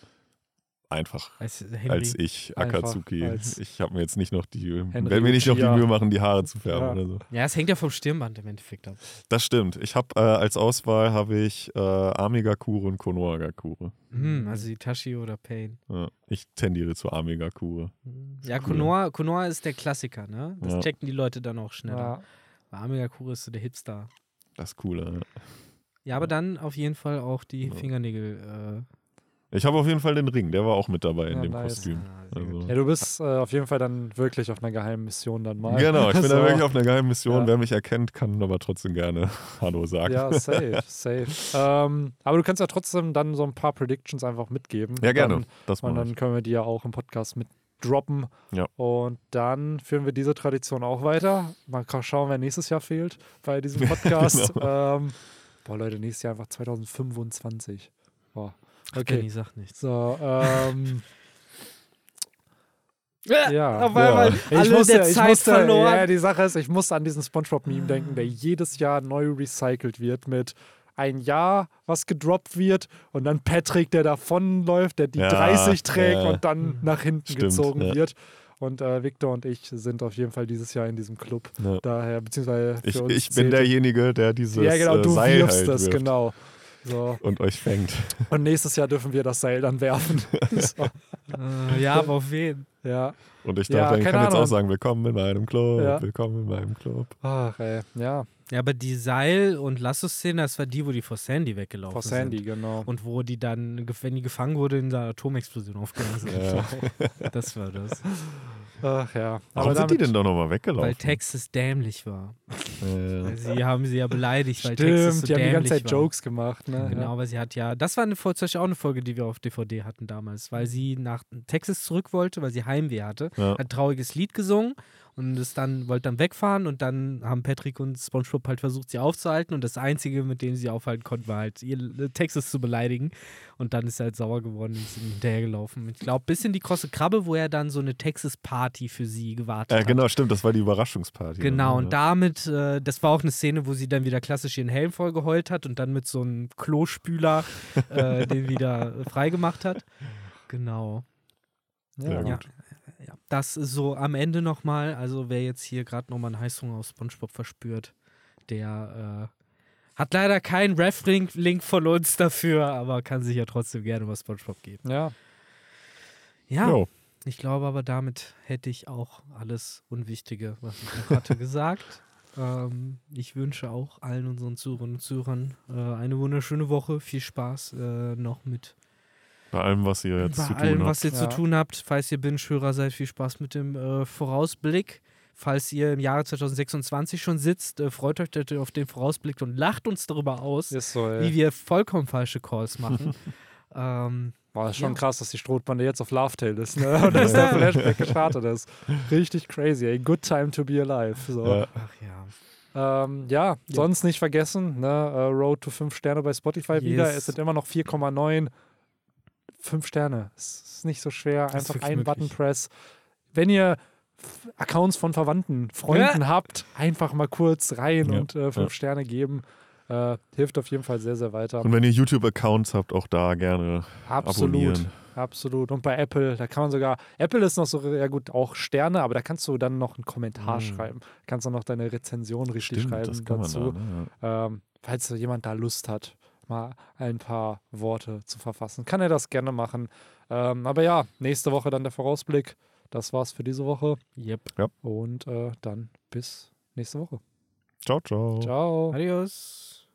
Einfach. Als Henry. Als ich, Einfach Akatsuki. als ich habe mir jetzt nicht noch die, Henry werde mir nicht noch die Uchiha. Mühe machen, die Haare zu färben Ja. oder so. Ja, es hängt ja vom Stirnband im Endeffekt ab. Das stimmt. Ich habe äh, als Auswahl habe ich äh, Amigakure und Konohagakure. Hm, also Itachi oder Pain. Ja, ich tendiere zu Amigakure. Ja, Cool. Konoha, Konoha ist der Klassiker, ne? Das Ja. checken die Leute dann auch schneller. Ja. Bei Amigakure ist so der Hipster. Das ist cooler. Ja, aber dann auf jeden Fall auch die Ja. Fingernägel. Ich habe auf jeden Fall den Ring, der war auch mit dabei in Ja, dem nice. Kostüm. Ah, sehr Also. Ja, du bist äh, auf jeden Fall dann wirklich auf einer geheimen Mission dann mal. Genau, ich bin So. da wirklich auf einer geilen Mission. Ja. Wer mich erkennt, kann aber trotzdem gerne Hallo sagen. Ja, safe, safe. Ähm, aber du kannst ja trotzdem dann so ein paar Predictions einfach mitgeben. Ja, gerne. Dann, Das und mache dann ich. können wir die ja auch im Podcast mit droppen. Ja. Und dann führen wir diese Tradition auch weiter. Mal ka- schauen, wer nächstes Jahr fehlt bei diesem Podcast. ähm, boah, Leute, nächstes Jahr einfach zwanzig fünfundzwanzig. Boah. Okay. Okay. Benny, sag nichts. So, ähm, ja. Auf einmal Ich alle musste, der ich Zeit musste, verloren. Ja, die Sache ist, ich musste an diesen SpongeBob-Meme denken, der jedes Jahr neu recycelt wird mit ein Jahr, was gedroppt wird und dann Patrick, der davonläuft, der die Ja, dreißig trägt ja. und dann nach hinten Stimmt, gezogen ja. wird. Und äh, Victor und ich sind auf jeden Fall dieses Jahr in diesem Club. Ja. Daher, beziehungsweise für Ich, uns ich bin zählt- derjenige, der dieses Ja, genau, äh, du Seil wirfst halt das, wirft genau. So. und euch fängt. Und nächstes Jahr dürfen wir das Seil dann werfen. So. Äh, ja, aber auf wen? Ja. Und ich Ja, dachte, ich keine kann jetzt Ahnung. auch sagen, willkommen in meinem Club, Ja. willkommen in meinem Club. Ach, ey, ja, Ja, aber die Seil- und Lasso-Szene, das war die, wo die vor Sandy weggelaufen vor sind. Sandy, genau. Und wo die dann, ge- wenn die gefangen wurde, in der Atomexplosion aufgegangen sind. Ja. Das war das. Ach ja. Warum sind die denn doch nochmal weggelaufen? Weil Texas dämlich war. Ja. Weil sie haben sie ja beleidigt, weil Texas Stimmt, so die haben die ganze dämlich Zeit war. Jokes gemacht, ne? Genau, weil sie hat ja, das war eine, zum Beispiel auch eine Folge, die wir auf D V D hatten damals, weil sie nach Texas zurück wollte, weil sie Heimweh hatte, Ja. hat ein trauriges Lied gesungen und es dann wollte dann wegfahren und dann haben Patrick und SpongeBob halt versucht, sie aufzuhalten und das Einzige, mit dem sie aufhalten konnten, war halt ihr Texas zu beleidigen und dann ist er halt sauer geworden und ist ihm hinterhergelaufen. Ich glaube, bis in die krosse Krabbe, wo er dann so eine Texas-Party für sie gewartet Ja, hat. genau, stimmt, das war die Überraschungsparty. Genau, Ja. und damit, äh, das war auch eine Szene, wo sie dann wieder klassisch ihren Helm voll geheult hat und dann mit so einem Klospüler äh, den wieder freigemacht hat. Genau. Sehr Ja. Ja, gut. ja. Das ist so am Ende nochmal, also wer jetzt hier gerade nochmal einen Heißhunger auf SpongeBob verspürt, der äh, hat leider keinen Ref-Link von uns dafür, aber kann sich ja trotzdem gerne über SpongeBob geben. Ja. Ja, Jo. ich glaube aber damit hätte ich auch alles Unwichtige, was ich noch hatte, gesagt. Ähm, ich wünsche auch allen unseren Zuhörern und Zuhörern äh, eine wunderschöne Woche. Viel Spaß äh, noch mit Bei allem, was ihr jetzt bei zu tun allem, habt. was ihr Ja. zu tun habt. Falls ihr Binge-Hörer seid, viel Spaß mit dem äh, Vorausblick. Falls ihr im Jahre zwanzig sechsundzwanzig schon sitzt, äh, freut euch bitte auf den Vorausblick und lacht uns darüber aus, Ist so, wie ey. wir vollkommen falsche Calls machen. ähm, Boah, ist schon Ja. krass, dass die Strohbande jetzt auf Lovetail ist, ne? Und dass der Flashback gestartet ist. Richtig crazy, ey. Good time to be alive. So. Ja. ach ja. Ähm, ja, sonst nicht vergessen, ne? äh, Road to fünf Sterne bei Spotify Yes. wieder. Es sind immer noch vier Komma neun. fünf Sterne. Es ist nicht so schwer. ist Einfach wirklich einen möglich. Button Press. Wenn ihr F- Accounts von Verwandten, Freunden habt, einfach mal kurz rein Ja, und äh, fünf ja. Sterne geben. Äh, hilft auf jeden Fall sehr, sehr weiter. Und wenn ihr YouTube-Accounts habt, auch da gerne Absolut. abonnieren. Absolut. Und bei Apple, da kann man sogar, Apple ist noch so, ja gut, auch Sterne, aber da kannst du dann noch einen Kommentar Mm. schreiben. Kannst du noch deine Rezension richtig Stimmt, schreiben das kann dazu. man da, ne? Ähm, falls so jemand da Lust hat, mal ein paar Worte zu verfassen, kann er das gerne machen. Ähm, aber ja, nächste Woche dann der Vorausblick. Das war's für diese Woche. Yep. Und äh, dann bis nächste Woche. Ciao, ciao. Ciao. Adios.